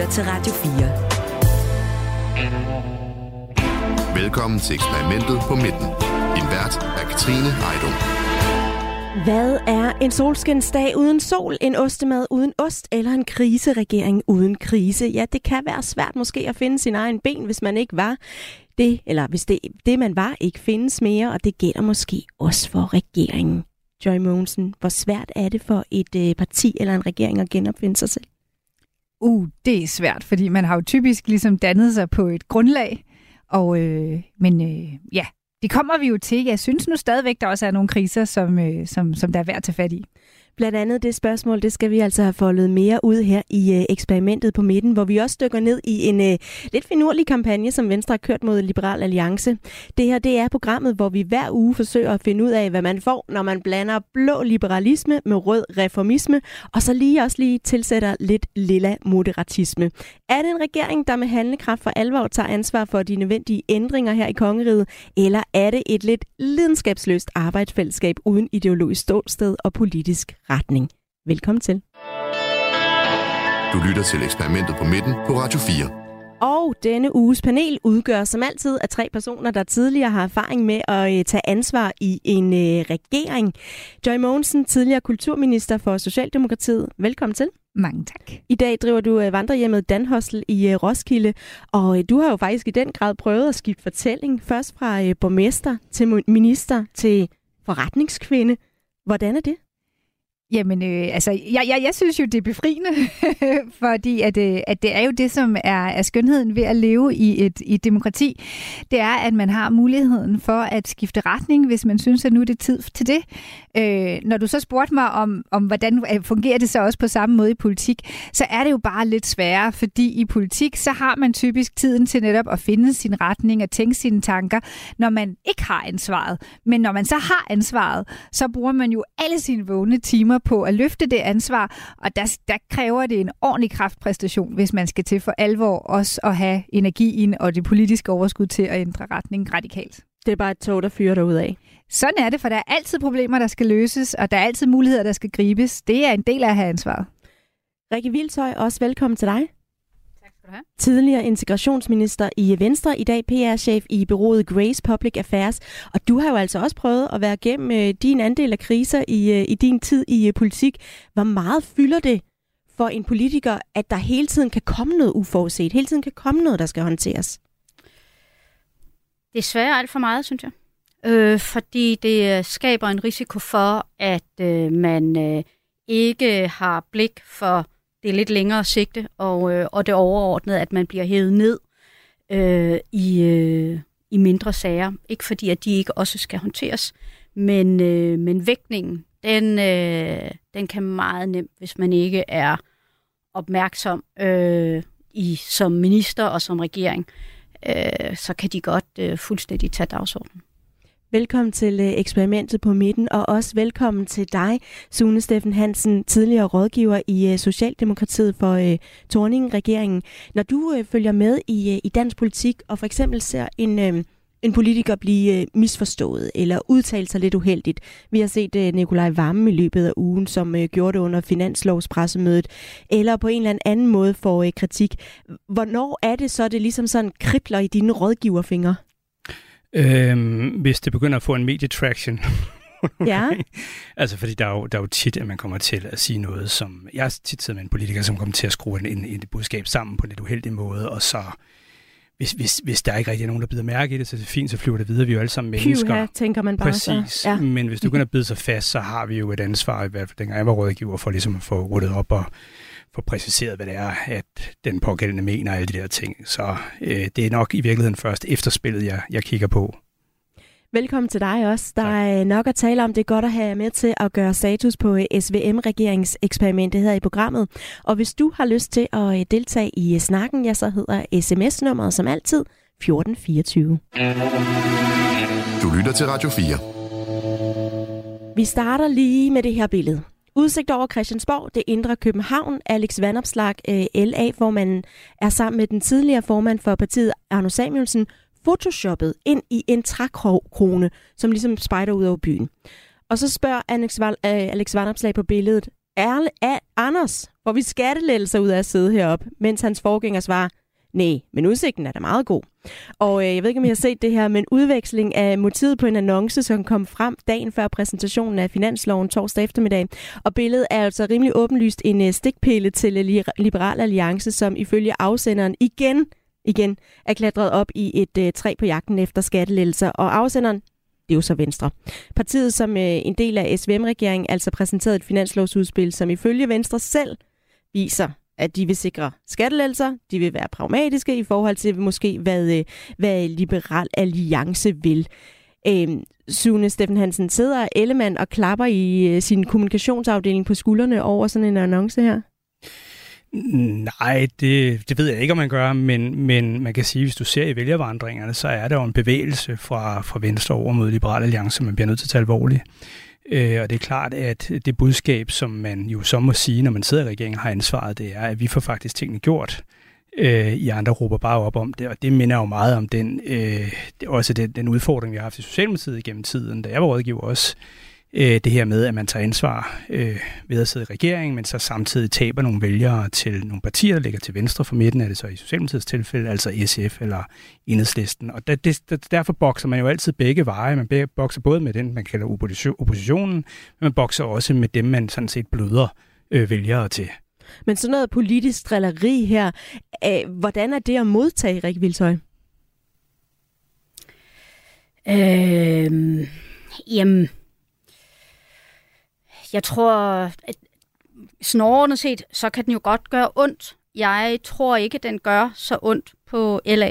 lytter til Radio 4. Velkommen til eksperimentet på midten. Din vært er Katrine Heidung. Hvad er en solskinsdag uden sol, en ostemad uden ost eller en kriseregering uden krise? Ja, det kan være svært måske at finde sin egen ben, hvis man ikke var det, eller hvis det man var ikke findes mere, og det gælder måske også for regeringen. Joy Mogensen, hvor svært er det for et parti eller en regering at genopfinde sig selv? Det er svært, fordi man har jo typisk ligesom dannet sig på et grundlag, og det kommer vi jo til. Jeg synes nu stadigvæk, der også er nogle kriser, som der er værd at tage fat i. Blandt andet det spørgsmål, det skal vi altså have foldet mere ud her i eksperimentet på midten, hvor vi også dykker ned i en lidt finurlig kampagne, som Venstre har kørt mod Liberal Alliance. Det her, det er programmet, hvor vi hver uge forsøger at finde ud af, hvad man får, når man blander blå liberalisme med rød reformisme, og så lige tilsætter lidt lilla moderatisme. Er det en regering, der med handlekraft for alvor tager ansvar for de nødvendige ændringer her i kongeriget, eller er det et lidt lidenskabsløst arbejdsfællesskab uden ideologisk ståsted og politisk retning? Velkommen til. Du lytter til eksperimentet på midten på Radio 4. Og denne uges panel udgør som altid af 3 personer, der tidligere har erfaring med at tage ansvar i en regering. Joy Mogensen, tidligere kulturminister for Socialdemokratiet. Velkommen til. Mange tak. I dag driver du vandrehjemmet Danhostel i Roskilde, og du har jo faktisk i den grad prøvet at skifte fortælling. Først fra borgmester til minister til forretningskvinde. Hvordan er det? Jamen, jeg synes jo, det er befriende, fordi at det er jo det, som er skønheden ved at leve i et demokrati. Det er, at man har muligheden for at skifte retning, hvis man synes, at nu er det tid til det. Når du så spurgte mig om hvordan fungerer det så også på samme måde i politik, så er det jo bare lidt sværere, fordi i politik, så har man typisk tiden til netop at finde sin retning og tænke sine tanker, når man ikke har ansvaret. Men når man så har ansvaret, så bruger man jo alle sine vågne timer på at løfte det ansvar, og der kræver det en ordentlig kraftpræstation, hvis man skal til for alvor også at have energien og det politiske overskud til at ændre retning radikalt. Det er bare et tog, der fyrer derud af. Sådan er det, for der er altid problemer, der skal løses, og der er altid muligheder, der skal gribes. Det er en del af at have ansvaret. Rikke Hvilshøj, også velkommen til dig. Tak skal du have. Tidligere integrationsminister i Venstre, i dag PR-chef i bureauet Grace Public Affairs. Og du har jo altså også prøvet at være gennem din andel af kriser i din tid i politik. Hvor meget fylder det for en politiker, at der hele tiden kan komme noget uforudset? Hele tiden kan komme noget, der skal håndteres? Desværre alt for meget, synes jeg. Fordi det skaber en risiko for, at man ikke har blik for det lidt længere sigte og det overordnede, at man bliver hævet ned i mindre sager. Ikke fordi, at de ikke også skal håndteres, men vægtningen, den kan meget nemt, hvis man ikke er opmærksom som minister og som regering, så kan de godt fuldstændig tage dagsordenen. Velkommen til eksperimentet på midten, og også velkommen til dig, Sune Steffen Hansen, tidligere rådgiver i Socialdemokratiet for Thorning-regeringen. Når du følger med i dansk politik, og for eksempel ser en politiker blive misforstået eller udtale sig lidt uheldigt. Vi har set Nikolaj Wammen i løbet af ugen, som gjorde det under finanslovspressemødet, eller på en eller anden måde får kritik. Hvornår er det så, det ligesom sådan kribler i dine rådgiverfingre? Hvis det begynder at få en medietraction. Ja. Altså, fordi der er jo tit, at man kommer til at sige noget, som... Jeg har tit siddet med en politiker, som kommer til at skrue et budskab sammen på en lidt uheldig måde, og så... Hvis der ikke rigtig er nogen, der bider mærke i det, så er det fint, så flyver det videre. Vi er jo alle sammen mennesker. Pyha, tænker man bare. Præcis. Så. Ja. Men hvis du begynder at bide sig fast, så har vi jo et ansvar, i hvert fald dengang jeg var rådgiver, for ligesom at få ryddet op og få præciseret, hvad det er, at den pågældende mener og alle de der ting. Så det er nok i virkeligheden først efterspillet, jeg kigger på. Velkommen til dig også. Der er nok at tale om. Det er godt at have med til at gøre status på SVM-regeringseksperimentet her i programmet. Og hvis du har lyst til at deltage i snakken, ja, så hedder sms-nummeret som altid 1424. Du lytter til Radio 4. Vi starter lige med det her billede. Udsigt over Christiansborg, det indre København. Alex Vanopslagh, LA-formanden, er sammen med den tidligere formand for partiet, Arno Samuelsen, photoshoppet ind i en trækrone, som ligesom spejder ud over byen. Og så spørger Alex Vanopslagh på billedet, Anders, får vi skattelettelser ud af at sidde heroppe, mens hans forgænger svarer, nej, men udsigten er da meget god. Og jeg ved ikke, om I har set det her, men udveksling af motivet på en annonce, som kom frem dagen før præsentationen af finansloven torsdag eftermiddag. Og billedet er altså rimelig åbenlyst en stikpille til Liberal Alliance, som ifølge afsenderen igen er klatret op i et træ på jagten efter skattelettelser. Og afsenderen, det er jo så Venstre. Partiet, som en del af SVM-regeringen, altså præsenterede et finanslovsudspil, som ifølge Venstre selv viser, at de vil sikre skattelettelser, de vil være pragmatiske i forhold til måske, hvad Liberal Alliance vil. Sune Steffen Hansen, sidder Ellemann og klapper i sin kommunikationsafdeling på skuldrene over sådan en annonce her? Nej, det ved jeg ikke, om man gør, men man kan sige, at hvis du ser i vælgervandringerne, så er der jo en bevægelse fra Venstre over mod Liberal Alliance, som man bliver nødt til at tage alvorligt. Og det er klart, at det budskab, som man jo så må sige, når man sidder i regeringen har ansvaret, det er, at vi får faktisk tingene gjort. I andre råber bare op om det, og det minder jo meget om den udfordring, vi har haft i Socialdemokratiet gennem tiden, da jeg var rådgiver også. Det her med, at man tager ansvar ved at sidde i regeringen, men så samtidig taber nogle vælgere til nogle partier, der ligger til venstre for midten, er det så i Socialdemokratiets tilfælde, altså SF eller Enhedslisten. Og derfor bokser man jo altid begge veje. Man bokser både med den, man kalder oppositionen, men man bokser også med dem, man sådan set bløder vælgere til. Men sådan noget politisk drilleri her, hvordan er det at modtage, Rikke Hvilshøj? Jamen, jeg tror, at snorrende set, så kan den jo godt gøre ondt. Jeg tror ikke, den gør så ondt på LA.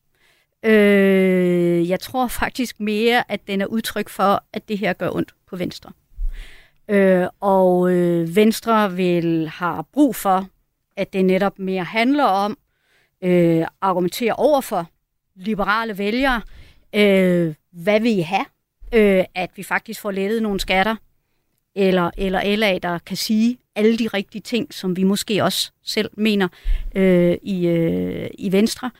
Jeg tror faktisk mere, at den er udtryk for, at det her gør ondt på Venstre. Og Venstre har brug for, at det netop mere handler om at argumentere over for liberale vælgere. Hvad vil I have? At vi faktisk får lettet nogle skatter, eller LA, der kan sige alle de rigtige ting, som vi måske også selv mener i Venstre.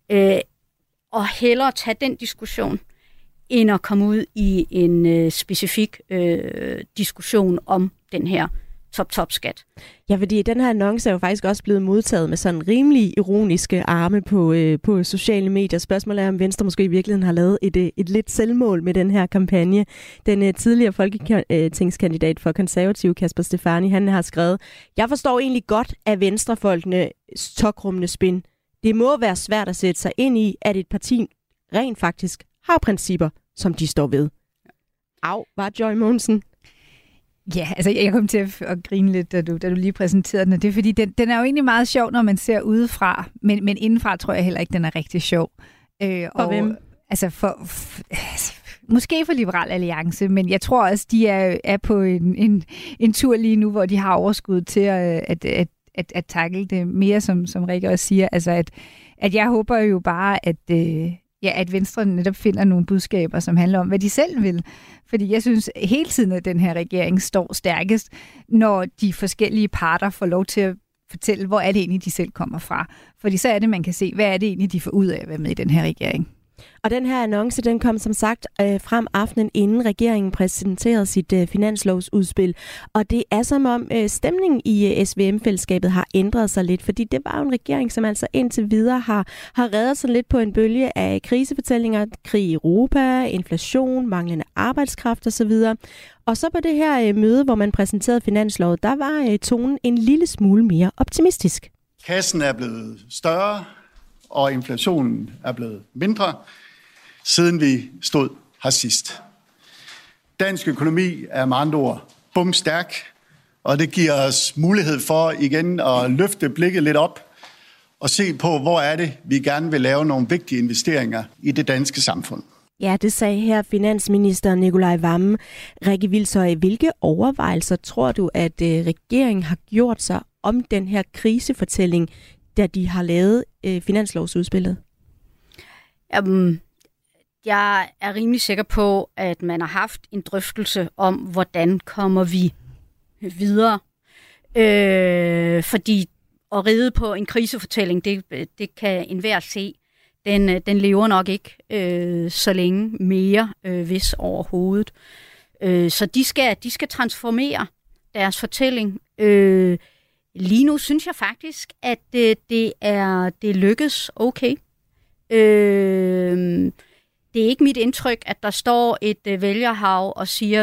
Og hellere tage den diskussion, end at komme ud i en specifik diskussion om den her top-skat. Ja, fordi den her annonce er jo faktisk også blevet modtaget med sådan rimelig ironiske arme på sociale medier. Spørgsmålet er, om Venstre måske i virkeligheden har lavet et lidt selvmål med den her kampagne. Den tidligere folketingskandidat for konservative, Kasper Stefani, han har skrevet, jeg forstår egentlig godt af venstrefolkene tokrummende spin. Det må være svært at sætte sig ind i, at et parti rent faktisk har principper, som de står ved. Var Joy Mogensen? Ja, altså jeg kom til at grine lidt, da du lige præsenterede den. Det er fordi, den er jo egentlig meget sjov, når man ser udefra, men indenfra tror jeg heller ikke, den er rigtig sjov. For hvem? Altså måske for Liberal Alliance, men jeg tror også, de er på en tur lige nu, hvor de har overskud til at tackle det mere, som Rikke også siger. Altså at jeg håber jo bare, at Venstre netop finder nogle budskaber, som handler om, hvad de selv vil. Fordi jeg synes hele tiden, at den her regering står stærkest, når de forskellige parter får lov til at fortælle, hvor er det egentlig, de selv kommer fra. Fordi så er det, man kan se, hvad er det egentlig, de får ud af at være med i den her regering. Og den her annonce, den kom som sagt frem aftenen, inden regeringen præsenterede sit finanslovsudspil. Og det er som om stemningen i SVM-fællesskabet har ændret sig lidt, fordi det var jo en regering, som altså indtil videre har reddet sig lidt på en bølge af krisefortællinger, krig i Europa, inflation, manglende arbejdskraft osv. Og så på det her møde, hvor man præsenterede finanslovet, der var tonen en lille smule mere optimistisk. Kassen er blevet større, og inflationen er blevet mindre, siden vi stod her sidst. Dansk økonomi er med andre ord bumstærk, og det giver os mulighed for igen at løfte blikket lidt op og se på, hvor er det, vi gerne vil lave nogle vigtige investeringer i det danske samfund. Ja, det sagde her finansminister Nicolai Wammen. Rikke Hvilshøj, hvilke overvejelser tror du, at regeringen har gjort sig om den her krisefortælling, da de har lavet finanslovsudspillet? Jeg er rimelig sikker på, at man har haft en drøftelse om, hvordan kommer vi videre. Fordi at ride på en krisefortælling, det kan enhver se. Den lever nok ikke så længe mere, hvis overhovedet. Så de skal transformere deres fortælling Lige nu synes jeg faktisk, at det lykkes okay. Det er ikke mit indtryk, at der står et vælgerhav og siger,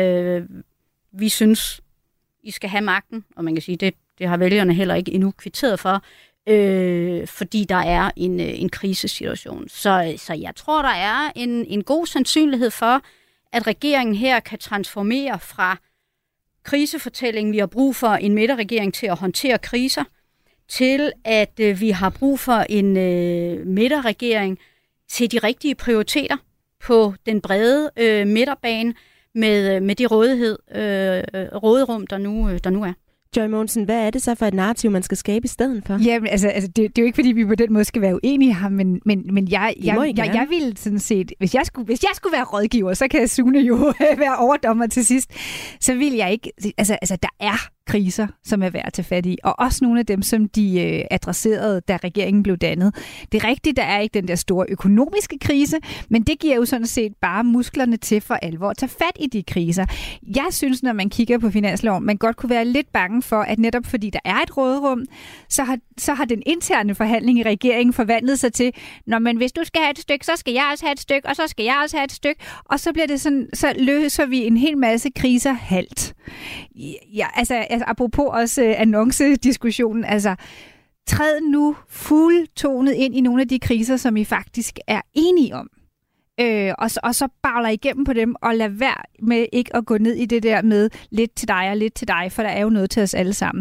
vi synes, I skal have magten. Og man kan sige, det har vælgerne heller ikke endnu kvitteret for, fordi der er en krisesituation. Så jeg tror, der er en god sandsynlighed for, at regeringen her kan transformere fra krisefortællingen, vi har brug for en midterregering til at håndtere kriser, til at vi har brug for en midterregering til de rigtige prioriteter på den brede midterbane med det råderum, der nu er. Joy Mogensen, hvad er det så for et narrativ, man skal skabe i stedet for? Jamen, altså det er jo ikke, fordi vi på den måde skal være uenige her, men jeg ville sådan set, hvis jeg skulle være rådgiver, så kan Sune jo være overdommer til sidst, så vil jeg ikke, altså der er kriser, som er værd at tage fat i, og også nogle af dem, som de adresserede, da regeringen blev dannet. Det er rigtigt, der er ikke den der store økonomiske krise, men det giver jo sådan set bare musklerne til for alvor at tage fat i de kriser. Jeg synes, når man kigger på finansloven, man godt kunne være lidt bange for, at netop fordi der er et råderum, så har den interne forhandling i regeringen forvandlet sig til, men hvis du skal have et stykke, så skal jeg også have et stykke, og så skal jeg også have et stykke, og så bliver det sådan, så løser vi en hel masse kriser halvt. Ja, altså apropos også annoncediskussionen, altså træd nu fuldtonet ind i nogle af de kriser, som I faktisk er enige om. Og så bagler igennem på dem, og lad være med ikke at gå ned i det der med lidt til dig og lidt til dig, for der er jo noget til os alle sammen.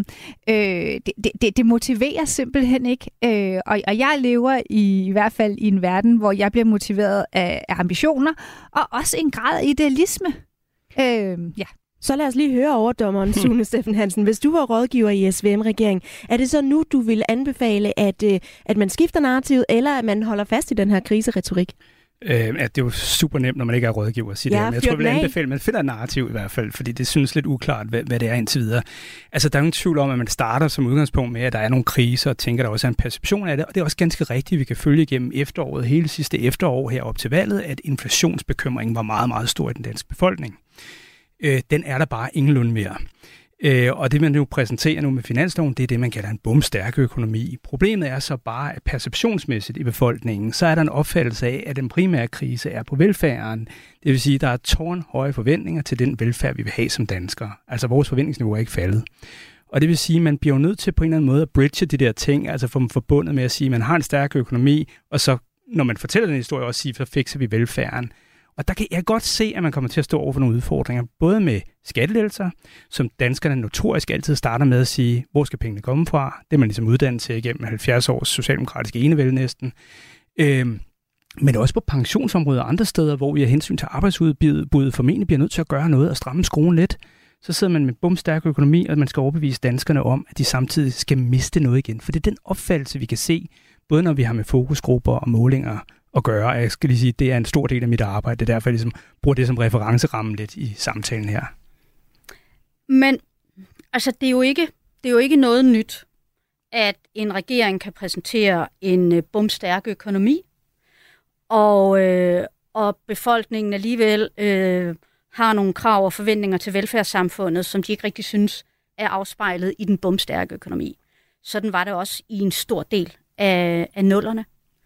Det motiverer simpelthen ikke. Og jeg lever i hvert fald i en verden, hvor jeg bliver motiveret af ambitioner, og også en grad af idealisme. Ja. Så lad os lige høre overdommeren Sune Steffen Hansen. Hvis du var rådgiver i SVM-regeringen, er det så nu, du vil anbefale, at man skifter narrativet, eller at man holder fast i den her kriseretorik? At det er jo super nemt, når man ikke er rådgiver at sige det. Men jeg tror, jeg vil anbefale, at man finder et narrativ i hvert fald, fordi det synes lidt uklart, hvad det er indtil videre. Altså, der er jo ingen tvivl om, at man starter som udgangspunkt med, at der er nogle kriser, og tænker, at der også er en perception af det, og det er også ganske rigtigt, vi kan følge igennem efteråret, hele sidste efterår her op til valget, at inflationsbekymringen var meget, meget stor i den danske befolkning. Den er der bare ingenlunde mere. Og det, man nu præsenterer nu med finansloven, det er det, man kalder en bumstærk økonomi. Problemet er så bare, at perceptionsmæssigt i befolkningen, så er der en opfattelse af, at den primære krise er på velfærden. Det vil sige, at der er tårnhøje forventninger til den velfærd, vi vil have som danskere. Altså vores forventningsniveau er ikke faldet. Og det vil sige, at man bliver nødt til på en eller anden måde at bridge de der ting, altså få dem forbundet med at sige, at man har en stærk økonomi, og så, når man fortæller den historie, også sige, så fikser vi velfærden. Og der kan jeg godt se, at man kommer til at stå over for nogle udfordringer, både med skattelettelser, som danskerne notorisk altid starter med at sige, hvor skal pengene komme fra? Det er man ligesom uddannet til igennem 70 års socialdemokratiske enevælde næsten. Men også på pensionsområder og andre steder, hvor vi af hensyn til arbejdsudbuddet formentlig bliver nødt til at gøre noget og stramme skruen lidt. Så sidder man med bumstærk økonomi, og man skal overbevise danskerne om, at de samtidig skal miste noget igen. For det er den opfattelse, vi kan se, både når vi har med fokusgrupper og målinger at gøre. Jeg skal lige sige, at det er en stor del af mit arbejde. Det er derfor, jeg ligesom bruger det som referenceramme lidt i samtalen her. Men altså, det er jo ikke noget nyt, at en regering kan præsentere en bumstærk økonomi, og befolkningen alligevel har nogle krav og forventninger til velfærdssamfundet, som de ikke rigtig synes er afspejlet i den bumstærke økonomi. Sådan var det også i en stor del af nullerne.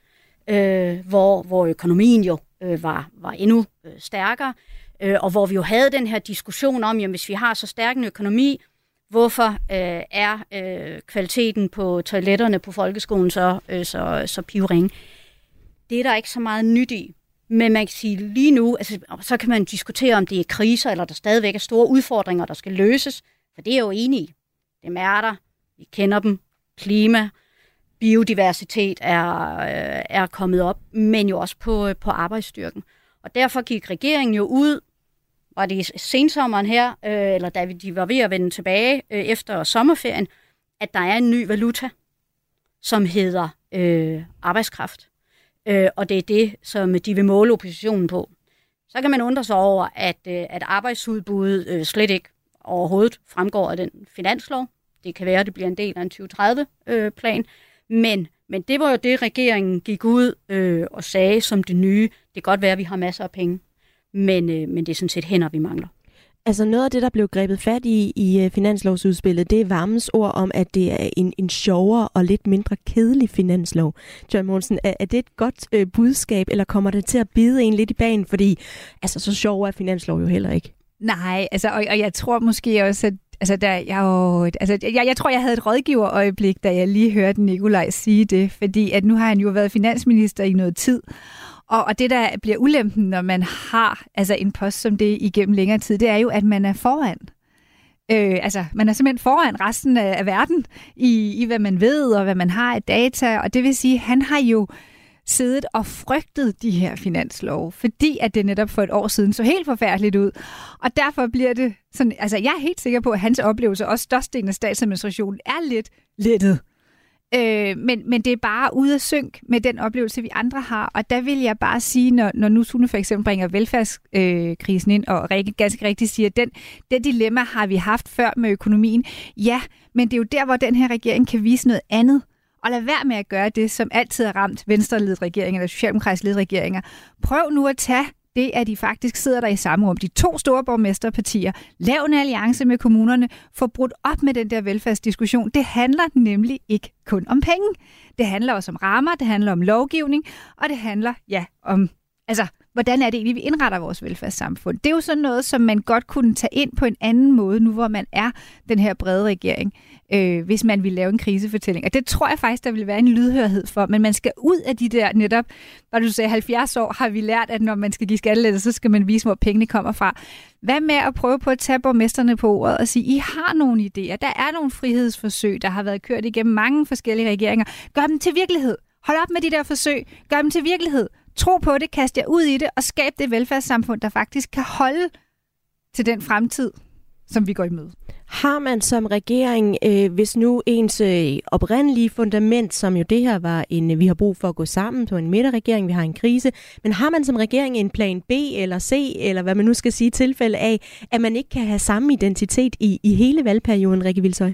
Hvor økonomien jo var endnu stærkere, og hvor vi jo havde den her diskussion om, jamen hvis vi har så stærk en økonomi, hvorfor er kvaliteten på toiletterne på folkeskolen så pivringe? Det er der ikke så meget nyt i. Men man kan sige lige nu, altså, så kan man diskutere, om det er kriser, eller der stadigvæk er store udfordringer, der skal løses, for det er jo enig i. Det er der, vi kender dem, klima, biodiversitet er kommet op, men jo også på arbejdsstyrken. Og derfor gik regeringen jo ud, var det i sensommeren her, eller da de var ved at vende tilbage efter sommerferien, at der er en ny valuta, som hedder arbejdskraft. Og det er det, som de vil måle oppositionen på. Så kan man undre sig over, at arbejdsudbuddet slet ikke overhovedet fremgår af den finanslov. Det kan være, at det bliver en del af en 2030-plan. Men det var jo det, regeringen gik ud og sagde som det nye. Det kan godt være, at vi har masser af penge, men det er sådan set hænder, vi mangler. Altså noget af det, der blev grebet fat i finanslovsudspillet, det er Vammens ord om, at det er en sjovere og lidt mindre kedelig finanslov. Joy Mogensen, er det et godt budskab, eller kommer det til at bide en lidt i bagen? Fordi altså, så sjov er finanslov jo heller ikke. Nej, altså, og jeg tror måske også, at jeg tror, jeg havde et rådgiverøjeblik, da jeg lige hørte Nikolaj sige det, fordi at nu har han jo været finansminister i noget tid, og det, der bliver ulempen, når man har altså en post som det igennem længere tid, det er jo, at man er foran. Man er simpelthen foran resten af verden i, hvad man ved, og hvad man har af data, og det vil sige, at han har jo siddet og frygtet de her finanslove, fordi at det netop for et år siden så helt forfærdeligt ud. Og derfor bliver det sådan, altså jeg er helt sikker på, at hans oplevelse, også størstedelen af statsadministrationen, er lidt lettet. Men det er bare ude af synk med den oplevelse, vi andre har. Og der vil jeg bare sige, når nu Sune for eksempel bringer velfærdskrisen ind, og Rikke ganske rigtigt siger, at det dilemma har vi haft før med økonomien. Ja, men det er jo der, hvor den her regering kan vise noget andet. Og lad være med at gøre det, som altid har ramt venstreledede regeringer eller socialdemokratisk ledede regeringer. Prøv nu at tage det, at de faktisk sidder der i samme rum. De 2 store borgmesterpartier, lav en alliance med kommunerne, få brudt op med den der velfærdsdiskussion. Det handler nemlig ikke kun om penge. Det handler også om rammer, det handler om lovgivning, og det handler om, hvordan er det egentlig, vi indretter vores velfærdssamfund. Det er jo sådan noget, som man godt kunne tage ind på en anden måde, nu hvor man er den her brede regering, hvis man vil lave en krisefortælling. Og det tror jeg faktisk, der vil være en lydhørhed for, men man skal ud af de der netop, hvor du sagde 70 år, har vi lært, at når man skal give skattelettelser, så skal man vise, hvor pengene kommer fra. Hvad med at prøve på at tage borgmesterne på ordet og sige, I har nogle idéer, der er nogle frihedsforsøg, der har været kørt igennem mange forskellige regeringer. Gør dem til virkelighed. Hold op med de der forsøg. Gør dem til virkelighed. Tro på det, kast jer ud i det, og skab det velfærdssamfund, der faktisk kan holde til den fremtid, som vi går i møde. Har man som regering, hvis nu ens oprindelige fundament, som jo det her var vi har brug for at gå sammen på en midterregering, vi har en krise, men har man som regering en plan B eller C, eller hvad man nu skal sige, tilfælde af, at man ikke kan have samme identitet i hele valgperioden, Rikke Hvilshøj?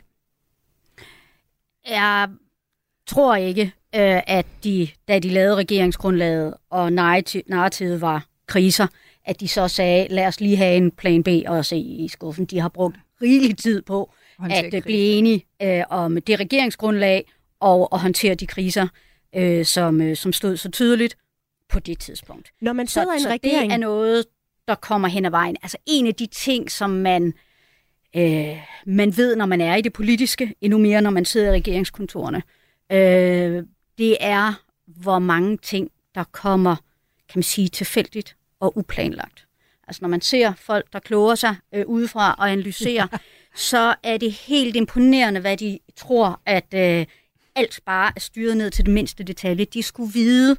Jeg tror ikke, at da de lavede regeringsgrundlaget, og narrativet var kriser, at de så sagde, lad os lige have en plan B og se i skuffen. De har brugt rigelig tid på at blive enige om det regeringsgrundlag og håndtere de kriser, som stod så tydeligt på det tidspunkt. Når man sidder i en regering... det er noget, der kommer hen ad vejen. Altså en af de ting, som man ved, når man er i det politiske, endnu mere, når man sidder i regeringskontorerne, det er, hvor mange ting, der kommer, kan man sige, tilfældigt og uplanlagt. Altså når man ser folk, der kloger sig udefra og analyserer, så er det helt imponerende, hvad de tror, at alt bare er styret ned til det mindste detalje. De skulle vide,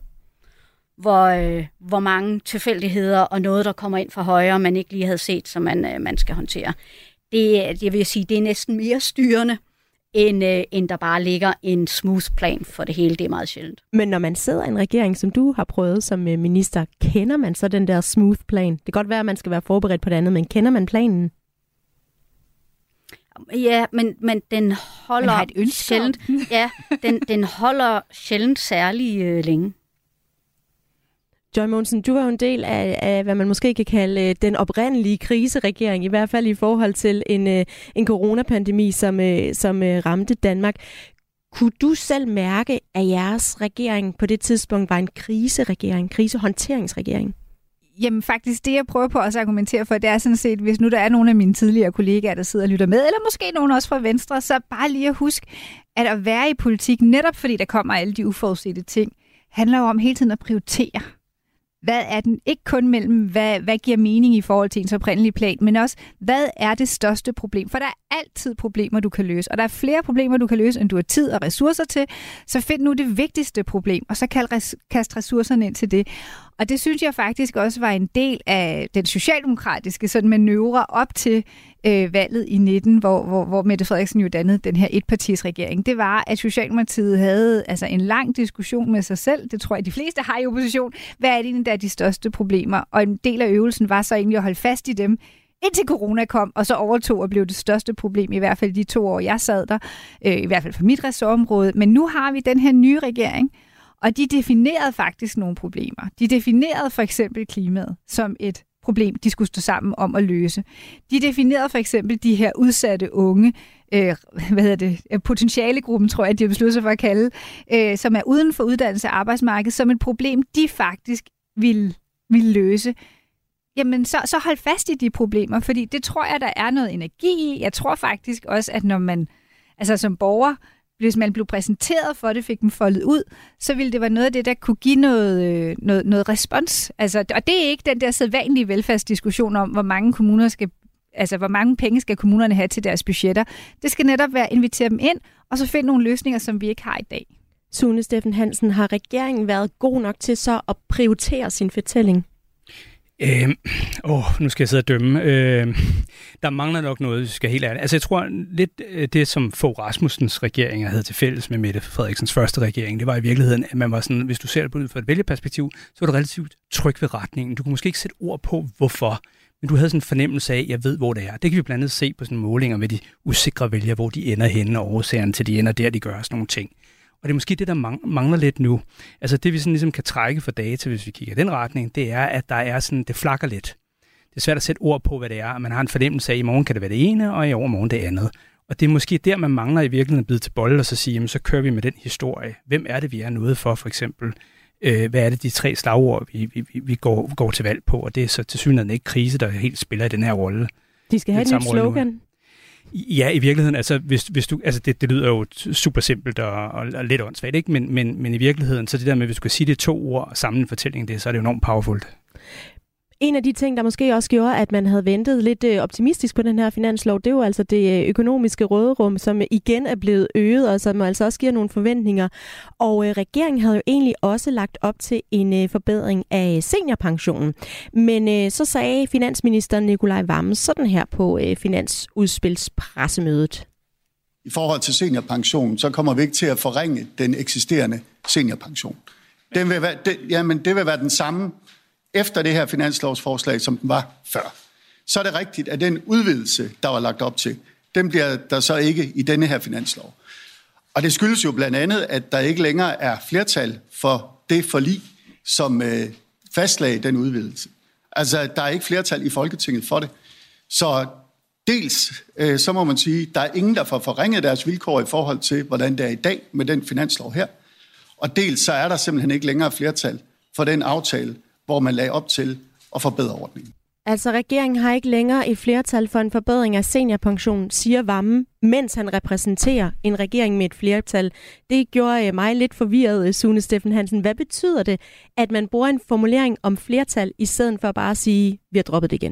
hvor mange tilfældigheder og noget, der kommer ind fra højre, man ikke lige havde set, som man skal håndtere. Det vil jeg sige, det er næsten mere styrende, end der bare ligger en smooth plan for det hele. Det er meget sjældent. Men når man sidder i en regering, som du har prøvet som minister, kender man så den der smooth plan? Det kan godt være, at man skal være forberedt på det andet, men kender man planen? Ja, men den holder sjældent. Ja, den holder sjældent særlig længe. Joy Mogensen, du var jo en del af, hvad man måske kan kalde den oprindelige kriseregering, i hvert fald i forhold til en coronapandemi, som ramte Danmark. Kunne du selv mærke, at jeres regering på det tidspunkt var en kriseregering, krisehåndteringsregering? Jamen faktisk, det jeg prøver på at argumentere for, det er sådan set, hvis nu der er nogle af mine tidligere kollegaer, der sidder og lytter med, eller måske nogen også fra Venstre, så bare lige at huske, at være i politik, netop fordi der kommer alle de uforudsete ting, handler jo om hele tiden at prioritere. Hvad er den? Ikke kun mellem, hvad giver mening i forhold til ens oprindelige plan, men også, hvad er det største problem? For der er altid problemer, du kan løse, og der er flere problemer, du kan løse, end du har tid og ressourcer til. Så find nu det vigtigste problem, og så kast ressourcerne ind til det. Og det synes jeg faktisk også var en del af den socialdemokratiske sådan manøvre op til valget i 19, hvor Mette Frederiksen jo dannede den her etpartisregering. Det var, at Socialdemokratiet havde altså en lang diskussion med sig selv. Det tror jeg, de fleste har i opposition. Hvad er det egentlig, der er de største problemer? Og en del af øvelsen var så egentlig at holde fast i dem, indtil corona kom, og så overtog og blev det største problem, i hvert fald de 2 år, jeg sad der, i hvert fald for mit ressortområde. Men nu har vi den her nye regering, og de definerede faktisk nogle problemer. De definerede for eksempel klimaet som et problem, de skulle stå sammen om at løse. De definerede for eksempel de her udsatte unge, potentialegruppen, tror jeg, de har besluttet sig for at kalde, som er uden for uddannelse og arbejdsmarked, som et problem, de faktisk vil løse. Jamen, så hold fast i de problemer, fordi det tror jeg, der er noget energi i. Jeg tror faktisk også, at når man, altså som borger, hvis man blev præsenteret for det, fik dem foldet ud, så ville det være noget af det, der kunne give noget respons. Altså, og det er ikke den der sædvanlige velfærdsdiskussion om, hvor mange penge skal kommunerne have til deres budgetter. Det skal netop være at invitere dem ind, og så finde nogle løsninger, som vi ikke har i dag. Sune Steffen Hansen, har regeringen været god nok til så at prioritere sin fortælling? Nu skal jeg sidde og dømme. Der mangler nok noget, hvis jeg skal helt ærligt. Altså jeg tror lidt det, som Fogh Rasmussens regeringer havde til fælles med Mette Frederiksens første regering, det var i virkeligheden, at man var sådan, hvis du ser det ud fra et vælgerperspektiv, så var du relativt tryg ved retningen. Du kunne måske ikke sætte ord på, hvorfor, men du havde sådan en fornemmelse af, at jeg ved, hvor det er. Det kan vi blandt andet se på sådan målinger med de usikre vælgere, hvor de ender henne, og årsagerne til, de ender der, de gør sådan nogle ting. Og det er måske det, der mangler lidt nu. Altså det, vi sådan ligesom kan trække for data, hvis vi kigger i den retning, det er, at der er sådan, det flakker lidt. Det er svært at sætte ord på, hvad det er, og man har en fornemmelse af, at i morgen kan det være det ene, og i overmorgen det andet. Og det er måske der, man mangler i virkeligheden at bide til bolle, og så sige, jamen så kører vi med den historie. Hvem er det, vi er noget for eksempel? Hvad er det, de 3 slagord, vi går til valg på? Og det er så tilsyneladende ikke krise, der helt spiller i den her rolle. De skal have et nyt slogan. Ja, i virkeligheden, altså, hvis du, altså det lyder jo super simpelt og lidt åndssvagt, ikke? Men i virkeligheden, så det der med, hvis du kan sige det 2 ord og samle en fortælling, så er det jo enormt powerfult. En af de ting, der måske også gjorde, at man havde ventet lidt optimistisk på den her finanslov, det er jo altså det økonomiske råderum, som igen er blevet øget, og som altså også giver nogle forventninger. Og regeringen havde jo egentlig også lagt op til en forbedring af seniorpensionen. Men så sagde finansminister Nicolai Wammen sådan her på finansudspilspressemødet. I forhold til seniorpensionen, så kommer vi ikke til at forringe den eksisterende seniorpension. Det vil være den samme efter det her finanslovsforslag, som den var før. Så er det rigtigt, at den udvidelse, der var lagt op til, den bliver der så ikke i denne her finanslov. Og det skyldes jo blandt andet, at der ikke længere er flertal for det forlig, som fastlagde den udvidelse. Altså, der er ikke flertal i Folketinget for det. Så dels, så må man sige, der er ingen, der får forringet deres vilkår i forhold til, hvordan det er i dag med den finanslov her. Og dels, så er der simpelthen ikke længere flertal for den aftale, hvor man lagde op til at forbedre ordningen. Altså regeringen har ikke længere et flertal for en forbedring af seniorpensionen, siger Wammen, mens han repræsenterer en regering med et flertal. Det gjorde mig lidt forvirret, Sune Steffen Hansen. Hvad betyder det, at man bruger en formulering om flertal, i stedet for bare at sige, vi har droppet det igen?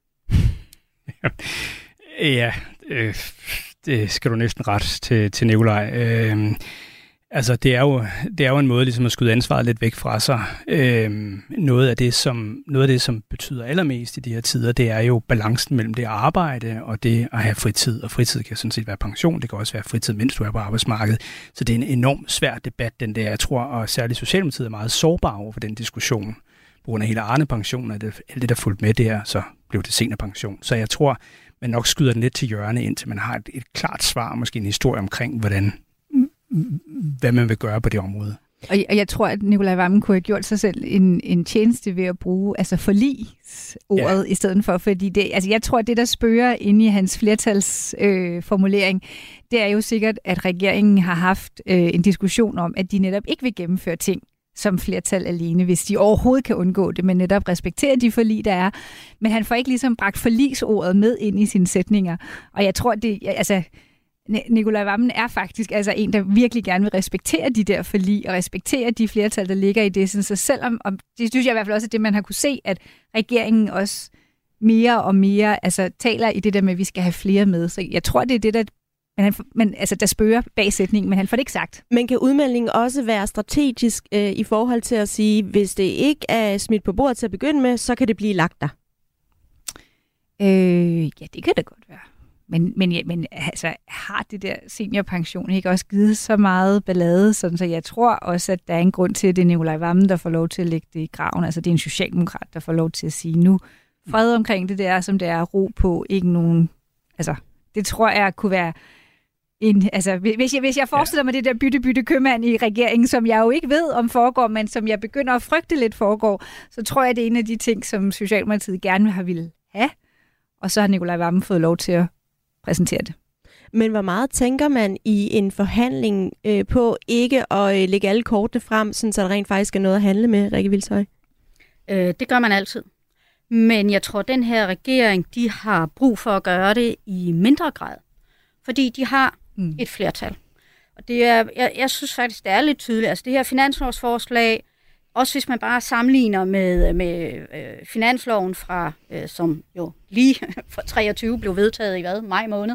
Ja, det skal du næsten ret til Nicolai. Altså, det er jo en måde ligesom at skyde ansvaret lidt væk fra sig. Noget af det, som betyder allermest i de her tider, det er jo balancen mellem det at arbejde og det at have fritid. Og fritid kan sådan set være pension, det kan også være fritid, mens du er på arbejdsmarkedet. Så det er en enormt svær debat, den der. Jeg tror, og særligt Socialdemokratiet er meget sårbar over for den diskussion. På grund af hele Arne-pensionen, og alt det, der fulgte med der, så blev det seniorpension. Så jeg tror, man nok skyder den lidt til hjørne, indtil man har et klart svar, måske en historie omkring, hvad man vil gøre på det område. Og jeg tror, at Nicolai Wammen kunne have gjort sig selv en tjeneste ved at bruge forligsordet i stedet for, fordi det, altså jeg tror, at det, der spørger inde i hans flertalsformulering, det er jo sikkert, at regeringen har haft en diskussion om, at de netop ikke vil gennemføre ting som flertal alene, hvis de overhovedet kan undgå det, men netop respektere de forlig, der er. Men han får ikke ligesom bragt forligsordet med ind i sine sætninger. Og jeg tror, Nicolai Wammen er faktisk en, der virkelig gerne vil respektere de der forlig og respektere de flertal, der ligger i det. Så selvom, og det synes jeg i hvert fald også, at det man har kunne se, at regeringen også mere og mere taler i det der med, at vi skal have flere med. Så jeg tror, det er det, der der spørger bag sætningen, men han får det ikke sagt. Men kan udmeldingen også være strategisk i forhold til at sige, hvis det ikke er smidt på bordet til at begynde med, så kan det blive lagt der? Ja, det kan det godt være. Men har det der seniorpension ikke også givet så meget ballade, sådan så jeg tror også, at der er en grund til, at det er Nicolai Wammen, der får lov til at lægge det i graven. Altså det er en socialdemokrat, der får lov til at sige nu, fred omkring det der, som det er, ro på, ikke nogen. Altså det tror jeg kunne være Hvis jeg forestiller mig det der bytte købmand i regeringen, som jeg jo ikke ved om foregår, men som jeg begynder at frygte lidt foregår, så tror jeg, det er en af de ting, som Socialdemokratiet gerne har ville have. Og så har Nicolai Wammen fået lov til at præsentere det. Men hvor meget tænker man i en forhandling på ikke at lægge alle kortene frem, sådan så der rent faktisk er noget at handle med, Rikke Hvilshøj? Det gør man altid. Men jeg tror, at den her regering, de har brug for at gøre det i mindre grad. Fordi de har et flertal. Og det er, jeg synes faktisk, det er lidt tydeligt. Altså det her finanslovsforslag, også hvis man bare sammenligner med finansloven fra, som jo lige fra 23 blev vedtaget i maj måned,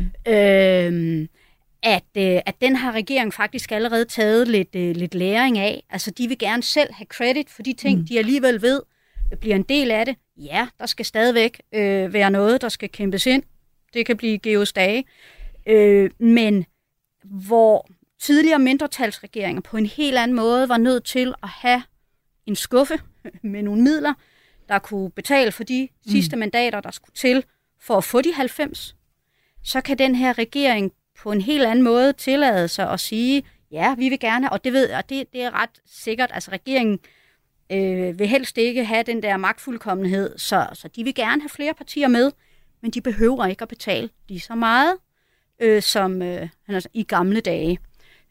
at den har regeringen faktisk allerede taget lidt læring af. Altså de vil gerne selv have credit for de ting, de alligevel ved bliver en del af det. Ja, der skal stadigvæk være noget, der skal kæmpes ind. Det kan blive geostage. Men hvor tidligere mindretalsregeringer på en helt anden måde var nødt til at have en skuffe med nogle midler, der kunne betale for de sidste mandater, der skulle til for at få de 90, så kan den her regering på en helt anden måde tillade sig at sige, ja, vi vil gerne, og det er ret sikkert, altså regeringen vil helst ikke have den der magtfuldkommenhed, så de vil gerne have flere partier med, men de behøver ikke at betale lige så meget som i gamle dage.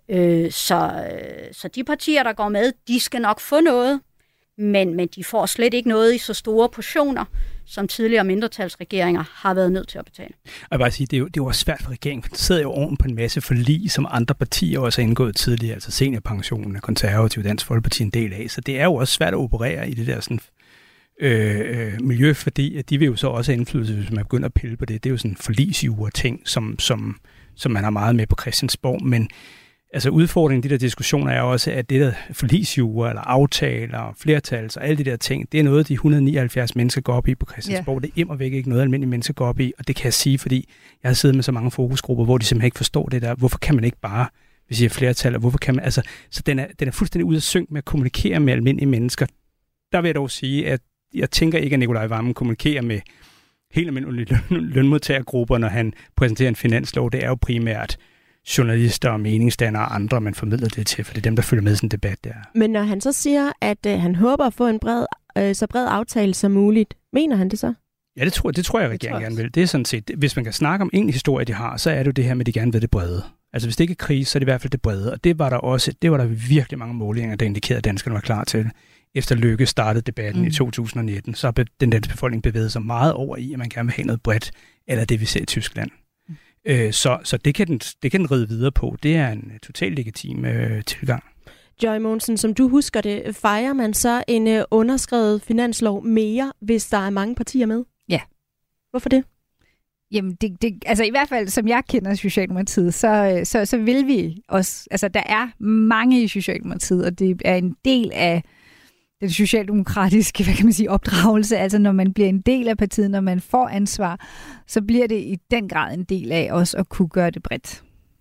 Så de partier, der går med, de skal nok få noget, men de får slet ikke noget i så store portioner, som tidligere mindretalsregeringer har været nødt til at betale. Jeg vil bare sige, det er jo også svært for regeringen, for den sidder jo oven på en masse forlig, som andre partier også har indgået tidligere, altså seniorpensionen af Konservative Dansk Folkeparti en del af, så det er jo også svært at operere i det der sådan miljø, fordi at de vil jo så også have indflydelse, hvis man begynder at pille på det. Det er jo sådan forligsjure ting, som man har meget med på Christiansborg, men altså udfordringen i de der diskussioner er også, at det der forligsjure eller aftaler, flertals og alle de der ting, det er noget, de 179 mennesker går op i på Christiansborg. Yeah. Det er immervæk ikke noget, almindelige mennesker går op i, og det kan jeg sige, fordi jeg har siddet med så mange fokusgrupper, hvor de simpelthen ikke forstår det der. Hvorfor kan man ikke bare, hvis I er flertal, og hvorfor kan man, altså, så den er fuldstændig ude af synk med at kommunikere med almindelige mennesker. Der vil jeg dog sige, at jeg tænker ikke, at Nicolai Wammen kommunikerer med helt almindelige lønmodtagergrupper, når han præsenterer en finanslov. Det er jo primært journalister og meningsdannere og andre, man formidler det til, for det er dem, der følger med sådan en debat der. Men når han så siger, at han håber at få en så bred aftale som muligt, mener han det så? Ja, det tror jeg, regeringen gerne vil. Det er sådan set, hvis man kan snakke om en historie, de har, så er det jo det her med, at de gerne vil det brede. Altså hvis det ikke er krise, så er det i hvert fald det brede. Og det var der virkelig mange målinger, der indikerede, at danskerne var klar til. Efter Løkke startede debatten i 2019, så har den danske befolkning bevæget sig meget over i, at man gerne vil have noget bredt, eller det vi ser i Tyskland. Så det kan den ride videre på. Det er en totalt legitim tilgang. Joy Mogensen, som du husker det, fejrer man så en underskrevet finanslov mere, hvis der er mange partier med? Ja. Hvorfor det? Jamen, altså i hvert fald, som jeg kender Socialdemokratiet, så vil vi også, altså der er mange i Socialdemokratiet, og det er en del af den socialdemokratiske, hvad kan man sige, opdragelse. Altså når man bliver en del af partiet, når man får ansvar, så bliver det i den grad en del af også at kunne gøre det bredt.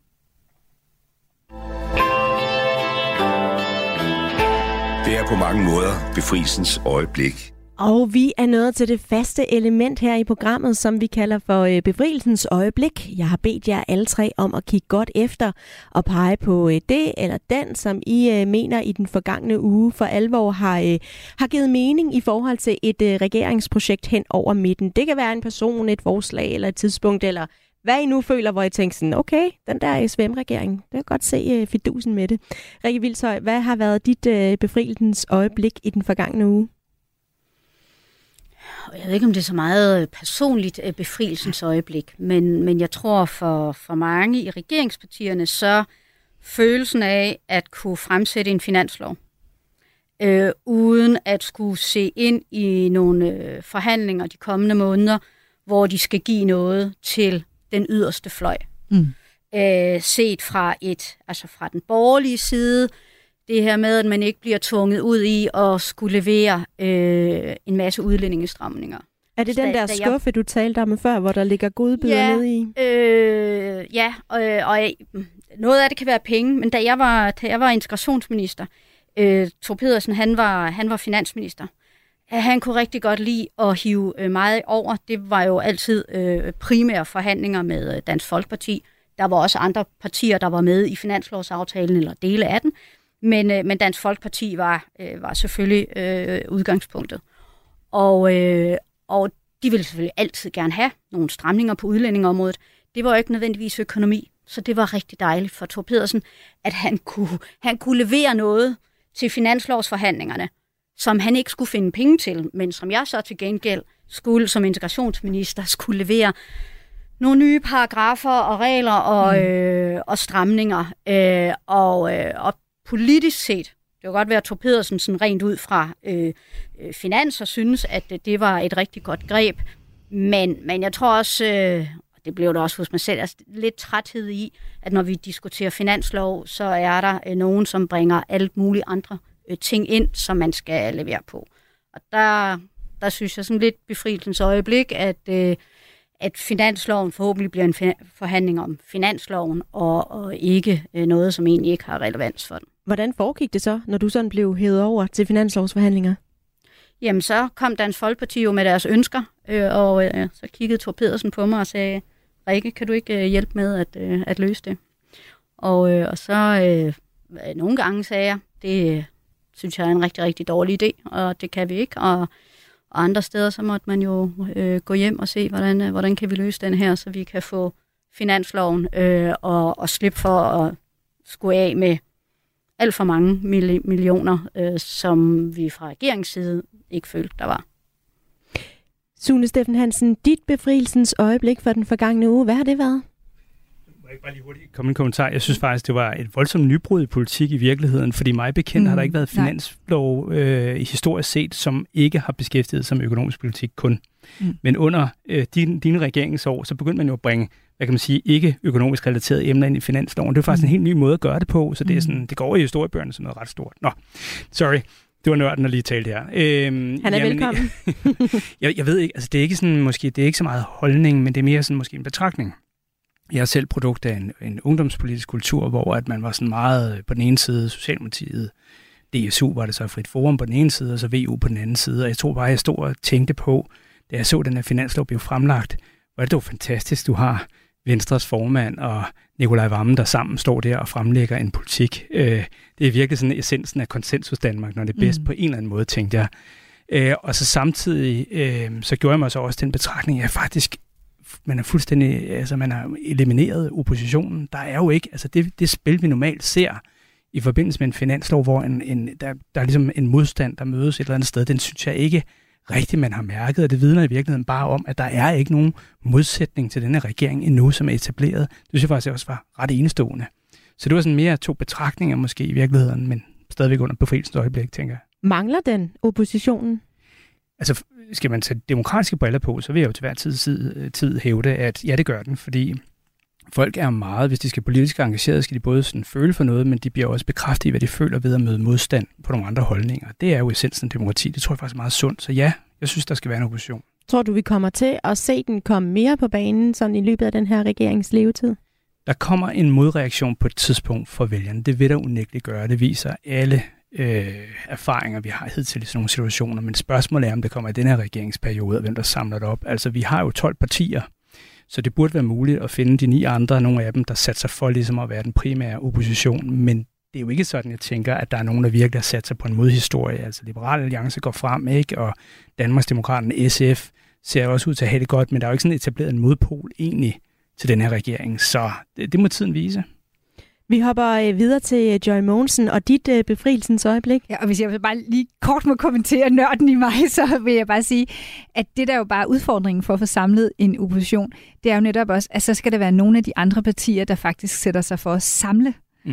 Det er på mange måder befrielsens øjeblik. Og vi er nået til det faste element her i programmet, som vi kalder for befrielsens øjeblik. Jeg har bedt jer alle tre om at kigge godt efter og pege på det eller den, som I mener i den forgangne uge for alvor har givet mening i forhold til et regeringsprojekt hen over midten. Det kan være en person, et forslag eller et tidspunkt, eller hvad I nu føler, hvor I tænker sådan, okay, den der SVM-regering, det kan godt se fidusen med det. Rikke Hvilshøj, hvad har været dit befrielsens øjeblik i den forgangne uge? Jeg ved ikke, om det er så meget personligt befrielsens øjeblik, men jeg tror for mange i regeringspartierne, så følelsen af at kunne fremsætte en finanslov, uden at skulle se ind i nogle forhandlinger de kommende måneder, hvor de skal give noget til den yderste fløj. Set fra den borgerlige side, det her med, at man ikke bliver tvunget ud i at skulle levere en masse udlændingestramninger. Er det den der skuffe, du talte om før, hvor der ligger godbidder nede i? Og noget af det kan være penge, men da jeg var integrationsminister, Thor Pedersen, han var finansminister. Han kunne rigtig godt lide at hive meget over. Det var jo altid primære forhandlinger med Dansk Folkeparti. Der var også andre partier, der var med i finanslovsaftalen, eller dele af den, men Dansk Folkeparti var selvfølgelig udgangspunktet. Og de ville selvfølgelig altid gerne have nogle stramninger på udlændingeområdet. Det var jo ikke nødvendigvis økonomi, så det var rigtig dejligt for Thor Pedersen, at han kunne levere noget til finanslovsforhandlingerne, som han ikke skulle finde penge til, men som jeg så til gengæld skulle som integrationsminister skulle levere nogle nye paragrafer og regler og stramninger. Og politisk set, det kan godt være, at Thor Pedersen sådan rent ud fra finans og synes, at det var et rigtig godt greb. Men jeg tror også, det blev der også hos mig selv, altså lidt træthed i, at når vi diskuterer finanslov, så er der nogen, som bringer alt mulige andre ting ind, som man skal levere på. Og der synes jeg sådan lidt befrielsens øjeblik, at finansloven forhåbentlig bliver en forhandling om finansloven, og ikke noget, som egentlig ikke har relevans for den. Hvordan foregik det så, når du sådan blev hævet over til finanslovsforhandlinger? Jamen, så kom Dansk Folkeparti jo med deres ønsker, og så kiggede Thor Pedersen på mig og sagde, Rikke, kan du ikke hjælpe med at løse det? Og så nogle gange sagde jeg, det synes jeg er en rigtig, rigtig dårlig idé, og det kan vi ikke. Og andre steder, så måtte man jo gå hjem og se, hvordan kan vi løse den her, så vi kan få finansloven og slippe for at skulle af med alt for mange millioner, som vi fra regeringens side ikke følte, der var. Sune Steffen Hansen, dit befrielsens øjeblik for den forgangne uge, hvad har det været? Må jeg bare lige hurtigt komme en kommentar? Jeg synes faktisk, det var et voldsomt nybrud i politik i virkeligheden, fordi mig bekendt har der ikke været finanslov historisk set, som ikke har beskæftiget sig med økonomisk politik kun. Men under dine regeringsår, så begyndte man jo at bringe, hvad kan man sige, ikke økonomisk relaterede emner ind i finansloven. Det er faktisk en helt ny måde at gøre det på, så det er sådan, det går i historiebøgerne som noget ret stort. Nå, sorry. Det var nørden, der lige talte her. Han er velkommen. jeg ved ikke, altså det er ikke sådan, måske, det er ikke så meget holdning, men det er mere sådan måske en betragtning. Jeg er selv produkt af en ungdomspolitisk kultur, hvor at man var sådan meget på den ene side, Socialdemokratiet, DSU var det så Frit Forum på den ene side, og så VU på den anden side. Og jeg tror bare, jeg stod og tænkte på, da jeg så den her finanslov blive fremlagt, hvor det var fantastisk, du har Venstres formand og Nikolaj Wammen, der sammen står der og fremlægger en politik. Det er virkelig sådan essensen af konsensus Danmark, når det er bedst på en eller anden måde, tænkte jeg. Og så samtidig, så gjorde jeg mig så også den betragtning, at faktisk man er fuldstændig, altså man har elimineret oppositionen. Der er jo ikke, altså det spil, vi normalt ser i forbindelse med en finanslov, hvor der er ligesom en modstand, der mødes et eller andet sted, den synes jeg ikke rigtigt, man har mærket, og det vidner i virkeligheden bare om, at der er ikke nogen modsætning til denne regering endnu, som er etableret. Det synes jeg faktisk også var ret enestående. Så det var sådan mere to betragtninger måske i virkeligheden, men stadigvæk under befrielsens øjeblik, tænker jeg. Mangler den oppositionen? Altså, skal man tage demokratiske briller på, så vil jeg jo til hver tid hævde, at ja, det gør den, fordi folk er meget, hvis de skal politisk engageret, skal de både sådan føle for noget, men de bliver også bekræftet i, hvad de føler ved at møde modstand på nogle andre holdninger. Det er jo essensen af demokrati. Det tror jeg faktisk er meget sundt. Så ja, jeg synes, der skal være en opposition. Tror du, vi kommer til at se den komme mere på banen sådan i løbet af den her regerings levetid? Der kommer en modreaktion på et tidspunkt for vælgerne. Det vil der unægteligt gøre. Det viser alle erfaringer, vi har hidtil i sådan nogle situationer. Men spørgsmålet er, om det kommer i den her regeringsperiode, og hvem der samler det op. Altså, vi har jo 12 partier, så det burde være muligt at finde de 9 andre, nogle af dem, der satte sig for ligesom at være den primære opposition. Men det er jo ikke sådan, jeg tænker, at der er nogen, der virkelig har sat sig på en modhistorie. Altså, Liberal Alliance går frem, ikke? Og Danmarksdemokraterne SF ser også ud til at have det godt, men der er jo ikke sådan etableret en modpol egentlig til den her regering. Så det må tiden vise. Vi hopper videre til Joy Mogensen og dit befrielsens øjeblik. Ja, og hvis jeg bare lige kort må kommentere nørden i mig, så vil jeg bare sige, at det der er jo bare udfordringen for at få samlet en opposition, det er jo netop også, at så skal der være nogle af de andre partier, der faktisk sætter sig for at samle.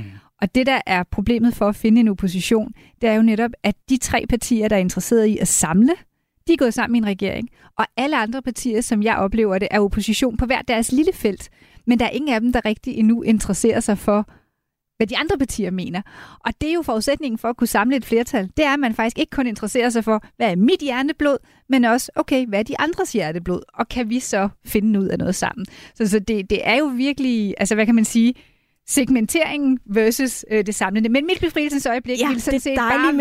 Og det der er problemet for at finde en opposition, det er jo netop, at de 3 partier, der er interesserede i at samle, de er gået sammen i en regering. Og alle andre partier, som jeg oplever det, er opposition på hver deres lille felt. Men der er ingen af dem, der rigtig endnu interesserer sig for, hvad de andre partier mener. Og det er jo forudsætningen for at kunne samle et flertal. Det er, at man faktisk ikke kun interesserer sig for, hvad er mit hjerteblod, men også, okay, hvad er de andres hjerteblod? Og kan vi så finde ud af noget sammen? Så det er jo virkelig, altså hvad kan man sige, segmenteringen versus det samlede. Men mit befrielsens øjeblik vil sådan set bare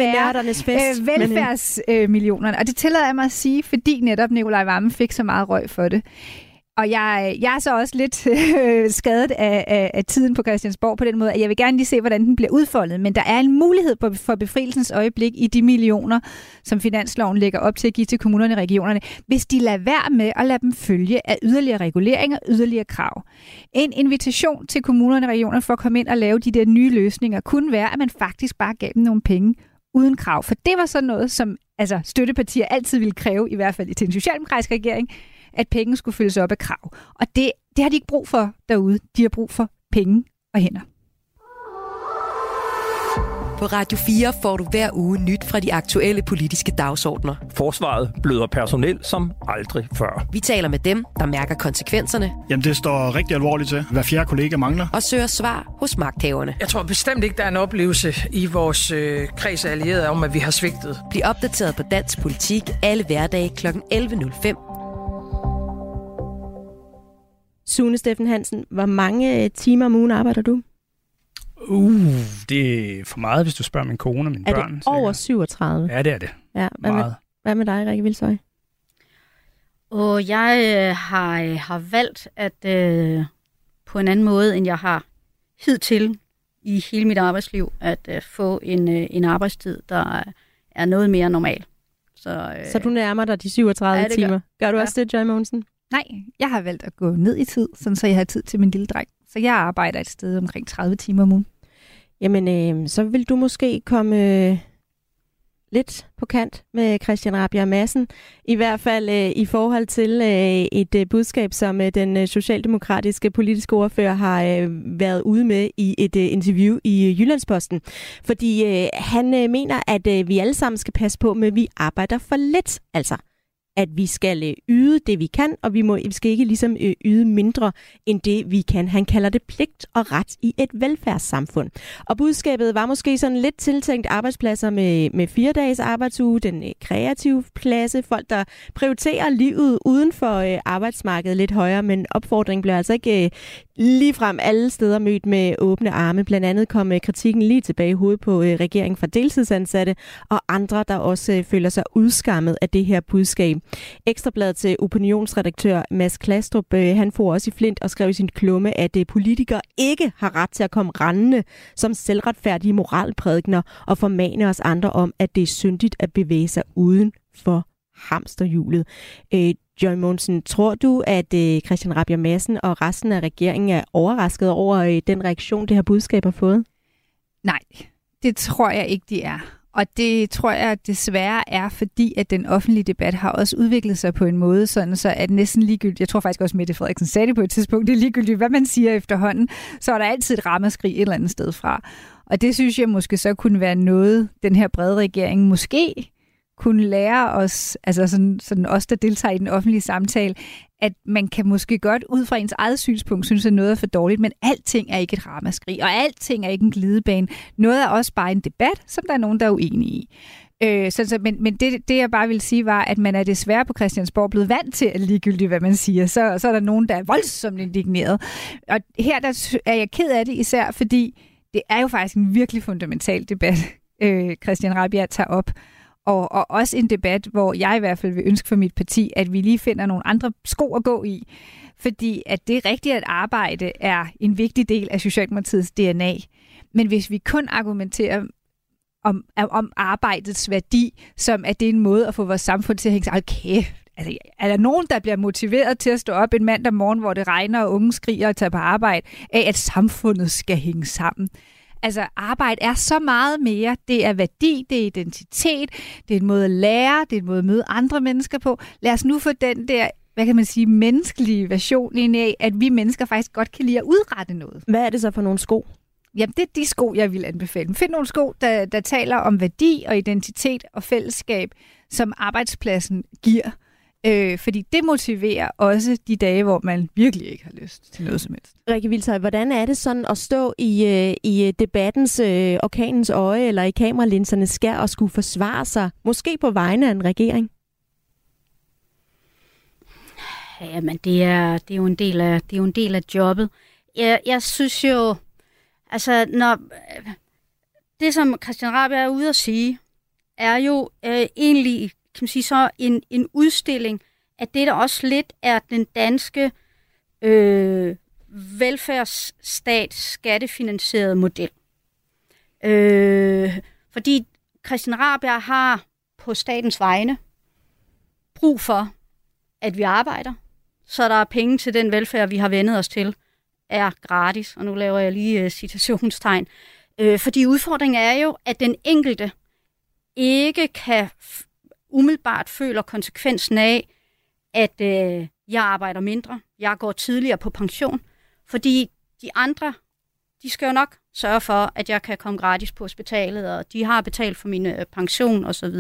være velfærdsmillionerne. Og det tillader jeg mig at sige, fordi netop Nikolaj Wammen fik så meget røg for det. Og jeg er så også lidt skadet af tiden på Christiansborg på den måde, at jeg vil gerne lige se, hvordan den bliver udfoldet. Men der er en mulighed for befrielsens øjeblik i de millioner, som finansloven lægger op til at give til kommunerne og regionerne, hvis de lader være med at lade dem følge af yderligere reguleringer og yderligere krav. En invitation til kommunerne og regionerne for at komme ind og lave de der nye løsninger kunne være, at man faktisk bare gav dem nogle penge uden krav. For det var sådan noget, som støttepartier altid ville kræve, i hvert fald til en socialdemokratisk regering, at penge skulle fyldes op af krav. Og det har de ikke brug for derude. De har brug for penge og hænder. På Radio 4 får du hver uge nyt fra de aktuelle politiske dagsordner. Forsvaret bløder personel som aldrig før. Vi taler med dem, der mærker konsekvenserne. Jamen, det står rigtig alvorligt til. Hver fjerde kollega mangler. Og søger svar hos magthaverne. Jeg tror bestemt ikke, der er en oplevelse i vores kreds af allierede om, at vi har svigtet. Bliv opdateret på dansk politik alle hverdage kl. 11.05. Sune Steffen Hansen, hvor mange timer om ugen arbejder du? Det er for meget, hvis du spørger min kone og mine børn. Er det over 37? Ja, det er det. Ja, meget. Hvad med dig, Rikke Hvilshøj? Og jeg har valgt at på en anden måde, end jeg har hidtil i hele mit arbejdsliv, at få en arbejdstid, der er noget mere normal. Så du nærmer dig de 37 timer. Gør du også det, Joy Mogensen? Nej, jeg har valgt at gå ned i tid, sådan så jeg har tid til min lille dreng. Så jeg arbejder et sted omkring 30 timer om ugen. Jamen, så vil du måske komme lidt på kant med Christian Rabjerg Madsen. I hvert fald i forhold til et budskab, som den socialdemokratiske politiske ordfører har været ude med i et interview i Jyllandsposten. Fordi han mener, at vi alle sammen skal passe på med, at vi arbejder for lidt. Altså, at vi skal yde det, vi kan, og vi skal ikke ligesom yde mindre end det, vi kan. Han kalder det pligt og ret i et velfærdssamfund. Og budskabet var måske sådan lidt tiltænkt arbejdspladser med 4 dages arbejdsuge, den kreative klasse, folk, der prioriterer livet uden for arbejdsmarkedet lidt højere, men opfordringen blev altså ikke ligefrem alle steder mødt med åbne arme. Blandt andet kom kritikken lige tilbage i hovedet på regeringen fra deltidsansatte og andre, der også føler sig udskammet af det her budskab. Ekstrabladet til opinionsredaktør Mads Klastrup, han får også i flint og skrev i sin klumme, at politikere ikke har ret til at komme rendende som selvretfærdige moralprædikener og formane os andre om, at det er syndigt at bevæge sig uden for hamsterhjulet. Joy Mogensen, tror du, at Christian Rabjerg Madsen og resten af regeringen er overrasket over den reaktion, det her budskab har fået? Nej, det tror jeg ikke, de er. Og det tror jeg desværre er, fordi at den offentlige debat har også udviklet sig på en måde, sådan så at næsten ligegyldigt, jeg tror faktisk også Mette Frederiksen sagde det på et tidspunkt, det er ligegyldigt, hvad man siger efterhånden, så er der altid et ramaskrig et eller andet sted fra. Og det synes jeg måske så kunne være noget, den her brede regering måske kunne lære os, altså sådan os, der deltager i den offentlige samtale, at man kan måske godt ud fra ens eget synspunkt synes, at noget er for dårligt, men alting er ikke et ramaskrig, og alting er ikke en glidebane. Noget er også bare en debat, som der er nogen, der er uenige i. Men det, jeg bare vil sige, var, at man er desværre på Christiansborg blevet vant til, at ligegyldigt, hvad man siger, så er der nogen, der er voldsomt indigneret. Og her der er jeg ked af det, især fordi det er jo faktisk en virkelig fundamental debat, Christian Rabjerg tager op. Og også en debat, hvor jeg i hvert fald vil ønske for mit parti, at vi lige finder nogle andre sko at gå i. Fordi at det er rigtigt, at arbejde er en vigtig del af Socialdemokratiets DNA. Men hvis vi kun argumenterer om arbejdets værdi, som at det er en måde at få vores samfund til at hænge sammen. Okay, altså, er der nogen, der bliver motiveret til at stå op en mandag morgen, hvor det regner, og unge skriger og tager på arbejde, af at samfundet skal hænge sammen? Altså, arbejde er så meget mere. Det er værdi, det er identitet, det er en måde at lære, det er en måde at møde andre mennesker på. Lad os nu få den der, hvad kan man sige, menneskelige version ind af, at vi mennesker faktisk godt kan lide at udrette noget. Hvad er det så for nogle sko? Jamen, det er de sko, jeg vil anbefale. Find nogle sko, der taler om værdi og identitet og fællesskab, som arbejdspladsen giver. Fordi det motiverer også de dage, hvor man virkelig ikke har lyst til noget som helst. Rikke Hvilshøj, hvordan er det sådan at stå i debattens orkanens øje eller i kameralinserne skær og skulle forsvare sig, måske på vegne af en regering? Jamen, det er jo en del af jobbet. Jeg synes jo, altså, når det, som Christian Rabjerg er ude at sige, er jo egentlig, kan man sige, så en udstilling af det, der også lidt er den danske velfærdsstat skattefinansieret model. Fordi Christian Rabjerg har på statens vegne brug for, at vi arbejder, så der er penge til den velfærd, vi har vendet os til, er gratis. Og nu laver jeg lige citationstegn. Fordi udfordringen er jo, at den enkelte ikke kan umiddelbart føler konsekvensen af, at jeg arbejder mindre, jeg går tidligere på pension, fordi de andre, de skal jo nok sørge for, at jeg kan komme gratis på hospitalet, og de har betalt for min pension osv.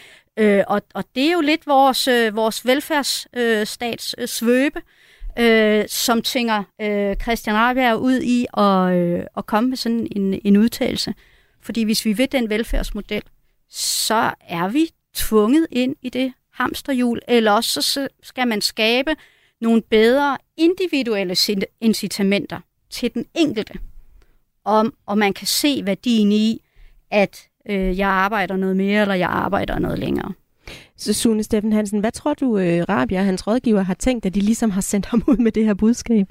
Og det er jo lidt vores velfærdsstats svøbe, som tvinger Christian Rabjerg ud i at komme med sådan en udtalelse. Fordi hvis vi vil den velfærdsmodel, så er vi tvunget ind i det hamsterhjul, eller også så skal man skabe nogle bedre individuelle incitamenter til den enkelte, og man kan se værdien i, at jeg arbejder noget mere, eller jeg arbejder noget længere. Så Sune Steffen Hansen, hvad tror du, Rabjerg, hans rådgiver, har tænkt, at de ligesom har sendt ham ud med det her budskab?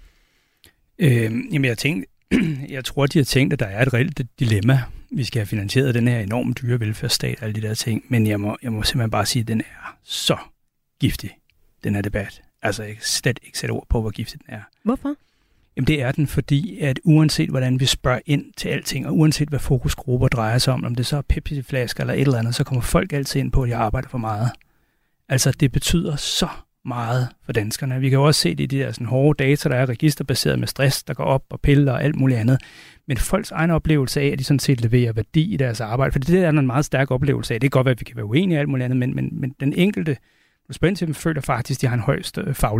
Jamen jeg tror, de har tænkt, at der er et reelt dilemma. Vi skal have finansieret den her enormt dyre velfærdsstat, alle de der ting, men jeg må simpelthen bare sige, at den er så giftig, den her debat. Altså, jeg kan slet ikke sætte ord på, hvor giftig den er. Hvorfor? Jamen, det er den, fordi at uanset hvordan vi spørger ind til alting, og uanset hvad fokusgrupper drejer sig om det så er Pepsi-flasker eller et eller andet, så kommer folk altid ind på, at jeg arbejder for meget. Altså, det betyder så meget for danskerne. Vi kan jo også se det i de der sådan hårde data, der er registerbaseret med stress, der går op og piller og alt muligt andet. Men folks egen oplevelse af, at de sådan set leverer værdi i deres arbejde, for det er en meget stærk oplevelse af. Det kan godt være, at vi kan være uenige og alt muligt andet, men den enkelte, føler faktisk, at de har en højt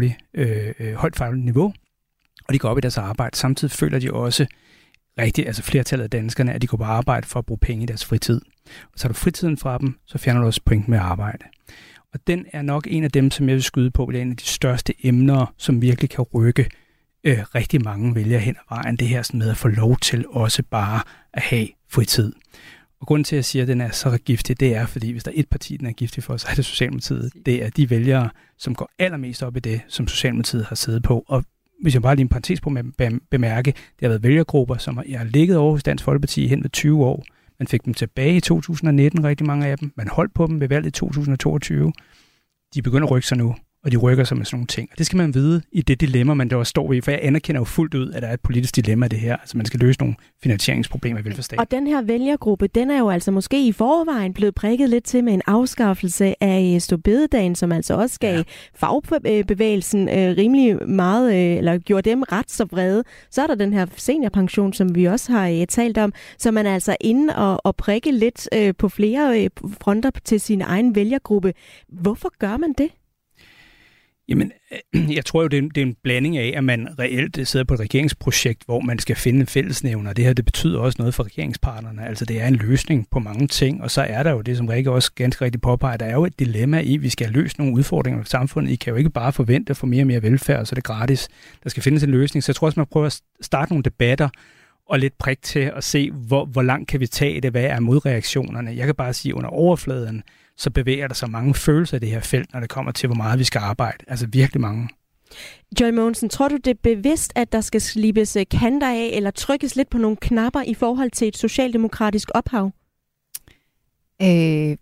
fagligt niveau, og de går op i deres arbejde. Samtidig føler de også rigtigt, altså flertallet af danskerne, at de går på arbejde for at bruge penge i deres fritid. Og så har du fritiden fra dem, så fjerner du også pointen med arbejde. Og den er nok en af dem, som jeg vil skyde på, det er en af de største emner, som virkelig kan rykke rigtig mange vælgere hen ad vejen. Det her sådan med at få lov til også bare at have fritid. Og grunden til, at jeg siger, at den er så giftig, det er, fordi hvis der er et parti, den er giftig for, så er det Socialdemokratiet. Det er de vælgere, som går allermest op i det, som Socialdemokratiet har siddet på. Og hvis jeg bare lige en parentes på bemærke, det har været vælgergrupper, som har ligget over hos Dansk Folkeparti hen ved 20 år. Man fik dem tilbage i 2019, rigtig mange af dem. Man holdt på dem ved valget i 2022. De begynder at rykke sig nu, og de rykker sig med sådan nogle ting. Og det skal man vide i det dilemma, man der også står i, for jeg anerkender jo fuldt ud, at der er et politisk dilemma det her. Altså man skal løse nogle finansieringsproblemer i velfærdsstaten. Og den her vælgergruppe, den er jo altså måske i forvejen blevet prikket lidt til med en afskaffelse af Storebededagen, som altså også gav fagbevægelsen rimelig meget, eller gjorde dem ret så vrede. Så er der den her seniorpension, som vi også har talt om, så man er altså inde og prikke lidt på flere fronter til sin egen vælgergruppe. Hvorfor gør man det? Jamen, jeg tror jo, det er en blanding af, at man reelt sidder på et regeringsprojekt, hvor man skal finde en fællesnævner, og det her, det betyder også noget for regeringspartnerne. Altså, det er en løsning på mange ting, og så er der jo det, som Rikke også ganske rigtigt påpeger, der er jo et dilemma i, at vi skal løse nogle udfordringer for samfundet. I kan jo ikke bare forvente at få mere og mere velfærd, så det er gratis. Der skal findes en løsning, så jeg tror også, man prøver at starte nogle debatter, og lidt prik til at se, hvor langt kan vi tage det, hvad er modreaktionerne. Jeg kan bare sige, under overfladen, så bevæger der sig mange følelser i det her felt, når det kommer til, hvor meget vi skal arbejde. Altså virkelig mange. Joy Mogensen, tror du, det er bevidst, at der skal slibes kanter af, eller trykkes lidt på nogle knapper i forhold til et socialdemokratisk ophav? Jeg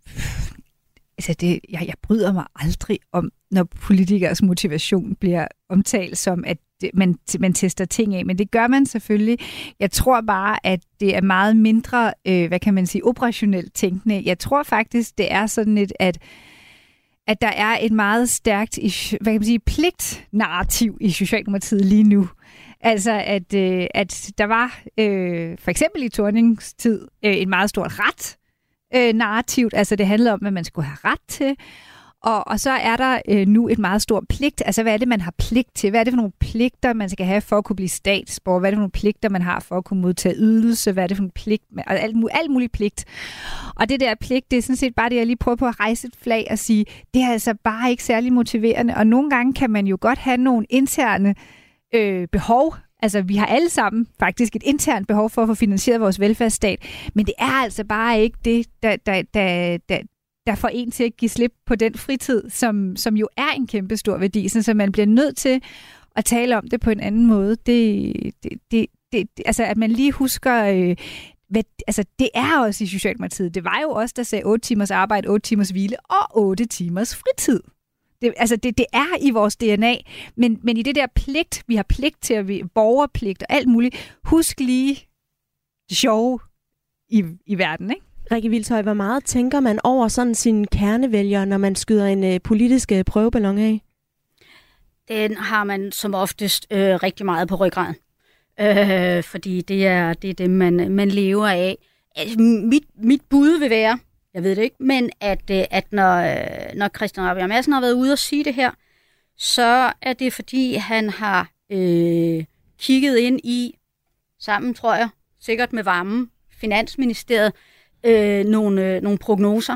bryder mig aldrig om, når politikers motivation bliver omtalt som, at man tester ting af, men det gør man selvfølgelig. Jeg tror bare, at det er meget mindre, operationelt tænkende. Jeg tror faktisk, det er sådan lidt, at der er et meget stærkt, pligtnarrativ i Socialdemokratiet lige nu. Altså, at der var for eksempel i Thornings tid et meget stort narrativt. Altså, det handlede om, hvad man skulle have ret til. Og så er der nu et meget stort pligt. Altså, hvad er det, man har pligt til? Hvad er det for nogle pligter, man skal have for at kunne blive statsborger? Hvad er det for nogle pligter, man har for at kunne modtage ydelse? Hvad er det for en pligt? Alt muligt pligt. Og det der pligt, det er sådan set bare det, jeg lige prøver på at rejse et flag og sige, det er altså bare ikke særlig motiverende. Og nogle gange kan man jo godt have nogle interne behov. Altså, vi har alle sammen faktisk et internt behov for at få finansieret vores velfærdsstat. Men det er altså bare ikke det, der får en til at give slip på den fritid, som jo er en kæmpe stor værdi, så man bliver nødt til at tale om det på en anden måde. Altså, at man lige husker... det er også i Socialdemokratiet. Det var jo også, der sagde 8 timers arbejde, 8 timers hvile og 8 timers fritid. Det er i vores DNA, men i det der pligt, vi har pligt til at borgerpligt og alt muligt, husk lige det sjove i verden, ikke? Rikke Hvilshøj, hvor meget tænker man over sådan sine kernevælgere, når man skyder en politisk prøveballon af? Den har man som oftest rigtig meget på ryggraden. Fordi det er det, man lever af. Mit bud vil være, jeg ved det ikke, men at når Christian Rabjerg Madsen har været ude og sige det her, så er det fordi, han har kigget ind i, sammen tror jeg, sikkert med varmen, Finansministeriet, nogle prognoser.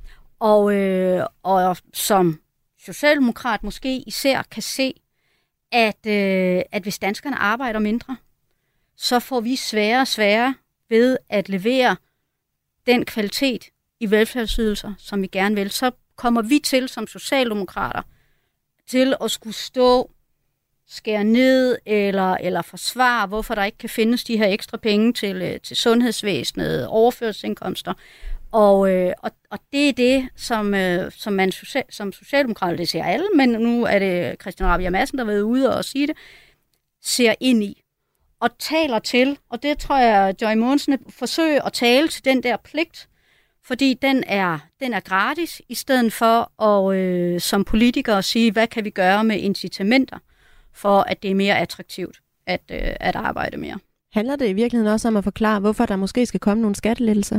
Og som socialdemokrat måske især kan se, at hvis danskerne arbejder mindre, så får vi sværere og sværere ved at levere den kvalitet i velfærdsydelser, som vi gerne vil. Så kommer vi til som socialdemokrater til at skulle skære ned eller forsvare, hvorfor der ikke kan findes de her ekstra penge til sundhedsvæsenet, overførselsindkomster. Og det er det, som man som socialdemokrater, det ser alle, men nu er det Christian Rabjerg Madsen, der har været ude og sige det, ser ind i og taler til, og det tror jeg, Joy Mogensen forsøger at tale til den der pligt, fordi den er gratis, i stedet for at som politikere sige, hvad kan vi gøre med incitamenter, for at det er mere attraktivt at arbejde mere. Handler det i virkeligheden også om at forklare, hvorfor der måske skal komme nogle skattelettelser?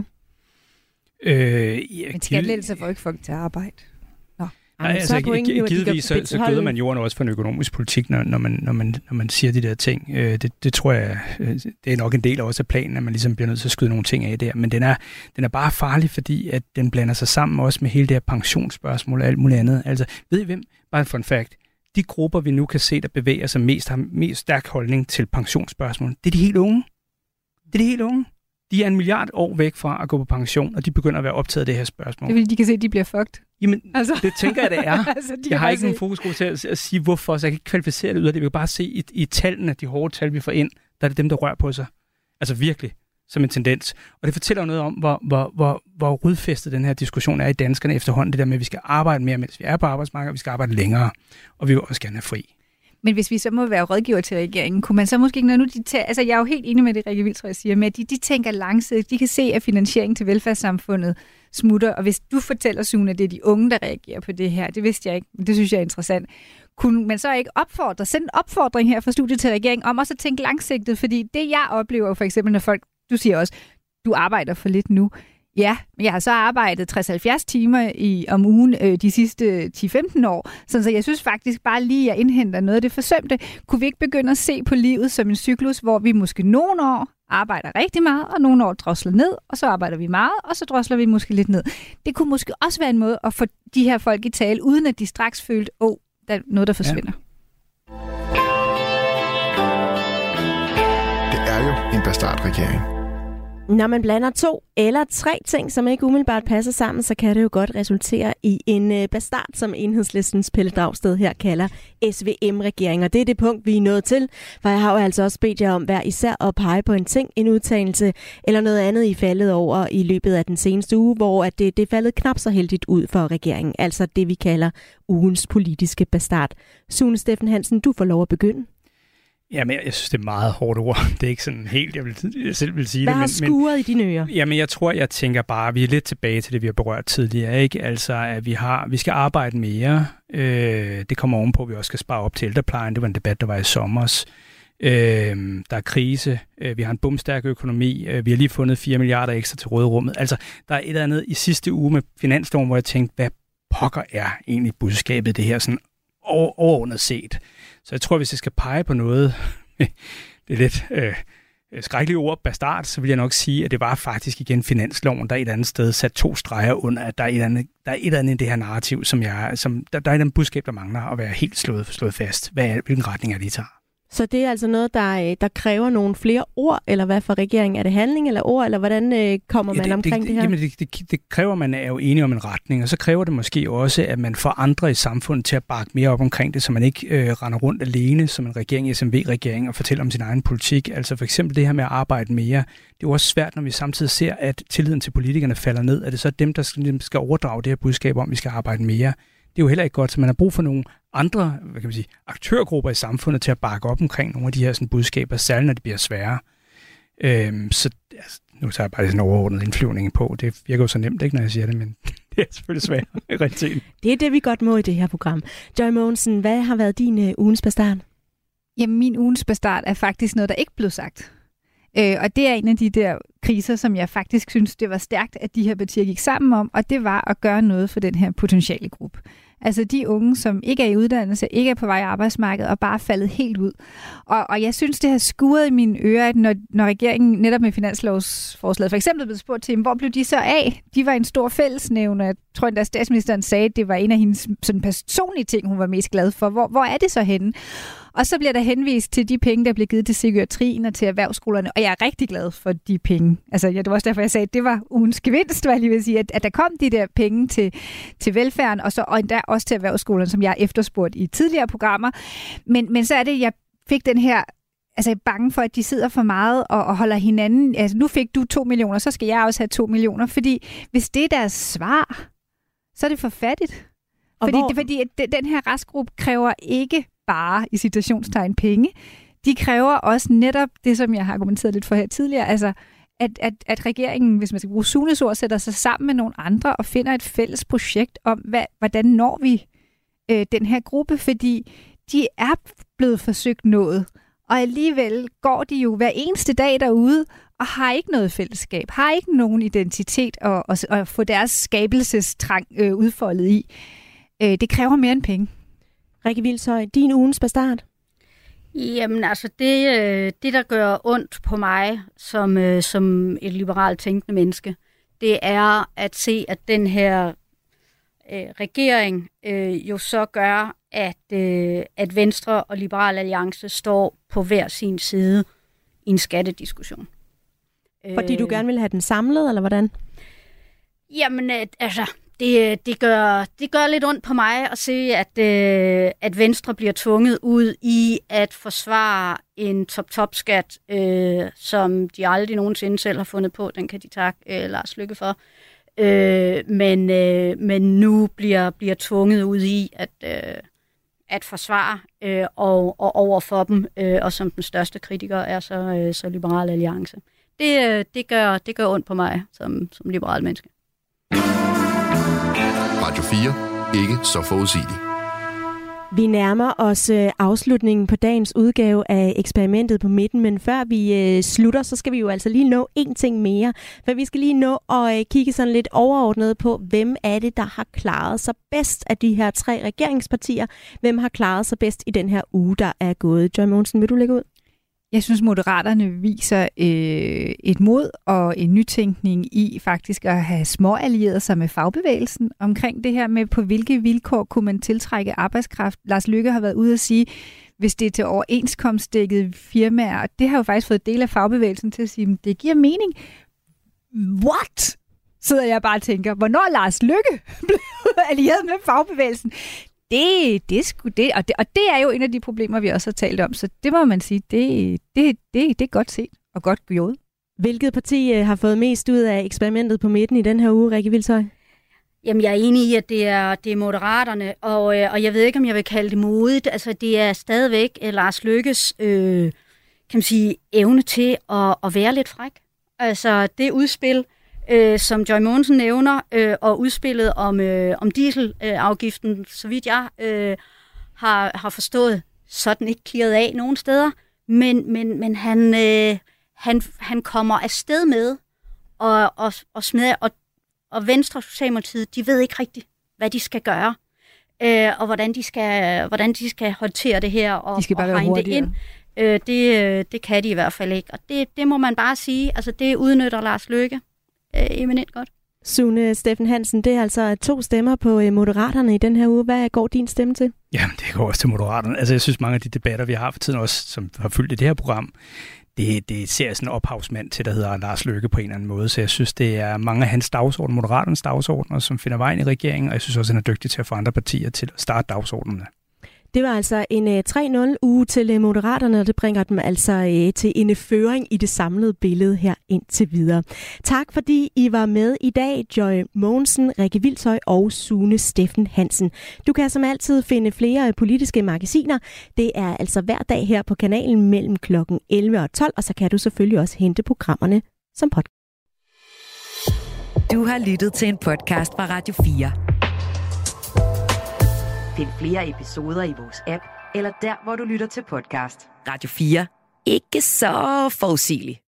Men skattelettelser får ikke folk til at arbejde. Nej, altså givetvis så gøder man jorden også for en økonomisk politik, når man siger de der ting. Det tror jeg, det er nok en del også af planen, at man ligesom bliver nødt til at skyde nogle ting af der. Men den er bare farlig, fordi at den blander sig sammen også med hele det her pensionsspørgsmål og alt muligt andet. Altså, ved I hvem? Bare en fun fact. De grupper, vi nu kan se, der bevæger sig har mest stærk holdning til pensionsspørgsmål, det er de helt unge. De er 1 milliard år væk fra at gå på pension, og de begynder at være optaget af det her spørgsmål. Det vil de kan se, at de bliver fucked. Jamen, det tænker jeg, det er. Jeg har ikke nogen fokusgruppe til at sige, hvorfor, så jeg kan ikke kvalificere det ud af det. Vi kan bare se i tallene, de hårde tal, vi får ind, der er det dem, der rører på sig. Altså virkelig, som en tendens. Og det fortæller jo noget om, hvor rodfæstet den her diskussion er i danskerne efterhånden. Det der med, at vi skal arbejde mere, mens vi er på arbejdsmarkedet, og vi skal arbejde længere, og vi vil også gerne have fri. Men hvis vi så må være rådgiver til regeringen, kunne man så måske ikke, når nu altså jeg er jo helt enig med det, Rikke Hvilshøj siger, med at de tænker langsigtet, de kan se, at finansieringen til velfærdssamfundet smutter, og hvis du fortæller, Sune, at det er de unge, der reagerer på det her, det vidste jeg ikke, men det synes jeg er interessant. Kunne man så ikke sende en opfordring her fra studiet til regeringen om også at tænke langsigtet, fordi det jeg oplever for eksempel, når folk, du siger også, du arbejder for lidt nu. Ja, men jeg har så arbejdet 60-70 timer om ugen de sidste 10-15 år, så jeg synes faktisk bare lige, at jeg indhenter noget af det forsømte. Kunne vi ikke begynde at se på livet som en cyklus, hvor vi måske nogle år arbejder rigtig meget, og nogle år drosler ned, og så arbejder vi meget, og så drosler vi måske lidt ned. Det kunne måske også være en måde at få de her folk i tale, uden at de straks følte, der er noget, der forsvinder. Ja. Det er jo en bastardregering. Når man blander 2 eller 3 ting, som ikke umiddelbart passer sammen, så kan det jo godt resultere i en bastard, som Enhedslistens Pelle Dragsted her kalder SVM-regering. Og det er det punkt, vi er nået til, for jeg har jo altså også bedt jer om hver især at pege på en ting, en udtalelse eller noget andet, I faldet over i løbet af den seneste uge, hvor at det er faldet knap så heldigt ud for regeringen. Altså det, vi kalder ugens politiske bastard. Sune Steffen Hansen, du får lov at begynde. Jamen, jeg synes, det er meget hårdt ord. Det er ikke sådan helt, jeg selv vil sige Hvad det. Hvad har skuret i dine ører? Jamen, jeg tænker bare, vi er lidt tilbage til det, vi har berørt tidligere, ikke? Altså, at vi skal arbejde mere. Det kommer ovenpå, at vi også skal spare op til ældreplejen. Det var en debat, der var i sommers. Der er krise. Vi har en bumstærk økonomi. Vi har lige fundet 4 milliarder ekstra til råderummet. Altså, der er et eller andet i sidste uge med finansloven, hvor jeg tænkte, hvad pokker er egentlig budskabet, det her sådan overordnet set. Så jeg tror, hvis jeg skal pege på noget, det er lidt skrækkelige ord, bastard, så vil jeg nok sige, at det var faktisk igen finansloven, der et andet sted sat 2 streger under, at der er et eller andet i det her narrativ, der er et budskab, der mangler at være helt slået fast. Hvilken retning er det, I tager? Så det er altså noget, der kræver nogle flere ord, eller hvad for regeringen? Er det handling eller ord, eller hvordan kommer man omkring det her? Jamen, det kræver, at man er jo enige om en retning, og så kræver det måske også, at man får andre i samfundet til at bakke mere op omkring det, så man ikke render rundt alene som en regering, SMV-regering, og fortæller om sin egen politik. Altså for eksempel det her med at arbejde mere. Det er jo også svært, når vi samtidig ser, at tilliden til politikerne falder ned. Er det så dem, der skal overdrage det her budskab om, at vi skal arbejde mere? Det er jo heller ikke godt, så man har brug for nogle andre aktørgrupper i samfundet til at bakke op omkring nogle af de her sådan, budskaber, særligt når det bliver sværere. Så altså, nu tager jeg bare sådan en overordnet indflyvning på. Det virker jo så nemt, ikke, når jeg siger det, men det er selvfølgelig svært i realiteten. Det er det, vi godt må i det her program. Joy Mogensen, hvad har været din ugens bastard? Jamen, min ugens bastard er faktisk noget, der ikke blev sagt. Og det er en af de der kriser, som jeg faktisk synes, det var stærkt, at de her partier gik sammen om, og det var at gøre noget for den her potentiale gruppe. Altså de unge, som ikke er i uddannelse, ikke er på vej i arbejdsmarkedet og bare er faldet helt ud. Og jeg synes, det har skuret i mine ører, at når regeringen netop med finanslovsforslaget for eksempel blev spurgt til, hvor blev de så af? De var en stor fællesnævner. Jeg tror endda, statsministeren sagde, at det var en af hendes sådan personlige ting, hun var mest glad for. Hvor er det så henne? Og så bliver der henvist til de penge, der bliver givet til psykiatrien og til erhvervsskolerne, og jeg er rigtig glad for de penge. Altså, det var også derfor, jeg sagde, at det var ugens gevinst, hvad jeg lige vil sige, at der kom de der penge til velfærden, og endda også til erhvervsskolerne, som jeg har efterspurgt i tidligere programmer. Men så er det, jeg fik den her, altså jeg er bange for, at de sidder for meget og holder hinanden. Altså, nu fik du 2 millioner, så skal jeg også have 2 millioner, fordi hvis det er deres svar, så er det for fattigt. Fordi den her restgruppe kræver ikke bare i citationstegn penge. De kræver også netop det, som jeg har argumenteret lidt for her tidligere, altså at regeringen, hvis man skal bruge Sunes ord, sætter sig sammen med nogle andre og finder et fælles projekt om, hvordan når vi den her gruppe, fordi de er blevet forsøgt nået, og alligevel går de jo hver eneste dag derude og har ikke noget fællesskab, har ikke nogen identitet at få deres skabelsestrang udfoldet i. Det kræver mere end penge. Rikke Hvilshøj, din ugens bastard? Jamen altså, det der gør ondt på mig som et liberalt tænkende menneske, det er at se, at den her regering jo så gør, at Venstre og Liberal Alliance står på hver sin side i en skattediskussion. Fordi du gerne vil have den samlet, eller hvordan? Jamen, altså... Det gør lidt ondt på mig at se, at Venstre bliver tvunget ud i at forsvare en top-top-skat, som de aldrig nogensinde selv har fundet på. Den kan de takke Lars Løkke for. Men nu bliver tvunget ud i at forsvare og over for dem, og som den største kritiker er så Liberal Alliance. Det gør ondt på mig som liberal menneske. Radio 4. Ikke så forudsigeligt. Vi nærmer os afslutningen på dagens udgave af eksperimentet på midten, men før vi slutter, så skal vi jo altså lige nå en ting mere. For vi skal lige nå at kigge sådan lidt overordnet på, hvem er det, der har klaret sig bedst af de her 3 regeringspartier. Hvem har klaret sig bedst i den her uge, der er gået? Joy Mogensen, vil du lægge ud? Jeg synes, Moderaterne viser et mod og en nytænkning i faktisk at have småallieret sig med fagbevægelsen omkring det her med, på hvilke vilkår kunne man tiltrække arbejdskraft. Lars Løkke har været ude at sige, hvis det er til overenskomstdækkede firmaer, og det har jo faktisk fået del af fagbevægelsen til at sige, at det giver mening. What? Sidder jeg bare og tænker, hvornår er Lars Løkke blevet allieret med fagbevægelsen? Det er sgu det, og det er jo en af de problemer, vi også har talt om, så det må man sige, det er godt set og godt gjort. Hvilket parti har fået mest ud af eksperimentet på midten i den her uge, Rikke Hvilshøj? Jamen, jeg er enig i, at det er Moderaterne, og jeg ved ikke, om jeg vil kalde det modigt. Altså, det er stadigvæk Lars Løkkes, kan man sige, evne til at være lidt fræk. Altså, det udspil, som Joy Mogensen nævner, og udspillet om dieselafgiften, så vidt jeg har forstået, så er den ikke clearet af nogen steder, men han kommer afsted med og smider, og Venstre og Socialdemokratiet, de ved ikke rigtigt, hvad de skal gøre, og hvordan de skal håndtere det her og regne det ind. Det kan de i hvert fald ikke, og det må man bare sige, altså det udnytter Lars Løkke eminent godt. Sune Steffen Hansen, det er altså 2 stemmer på Moderaterne i den her uge. Hvad går din stemme til? Jamen, det går også til Moderaterne. Altså, jeg synes, mange af de debatter, vi har for tiden også, som har fyldt i det her program, det ser sådan en ophavsmand til, der hedder Lars Løkke på en eller anden måde. Så jeg synes, det er mange af hans dagsorden, Moderaternes dagsordner, som finder vejen i regeringen, og jeg synes også, han er dygtig til at få andre partier til at starte dagsordnerne. Det var altså en 3-0-uge til Moderaterne, og det bringer dem altså til en føring i det samlede billede her indtil videre. Tak fordi I var med i dag, Joy Mogensen, Rikke Hvilshøj og Sune Steffen Hansen. Du kan som altid finde flere politiske magasiner. Det er altså hver dag her på kanalen mellem klokken 11 og 12, og så kan du selvfølgelig også hente programmerne som podcast. Du har lyttet til en podcast fra Radio 4. Find flere episoder i vores app, eller der, hvor du lytter til podcast. Radio 4. Ikke så forudsigeligt.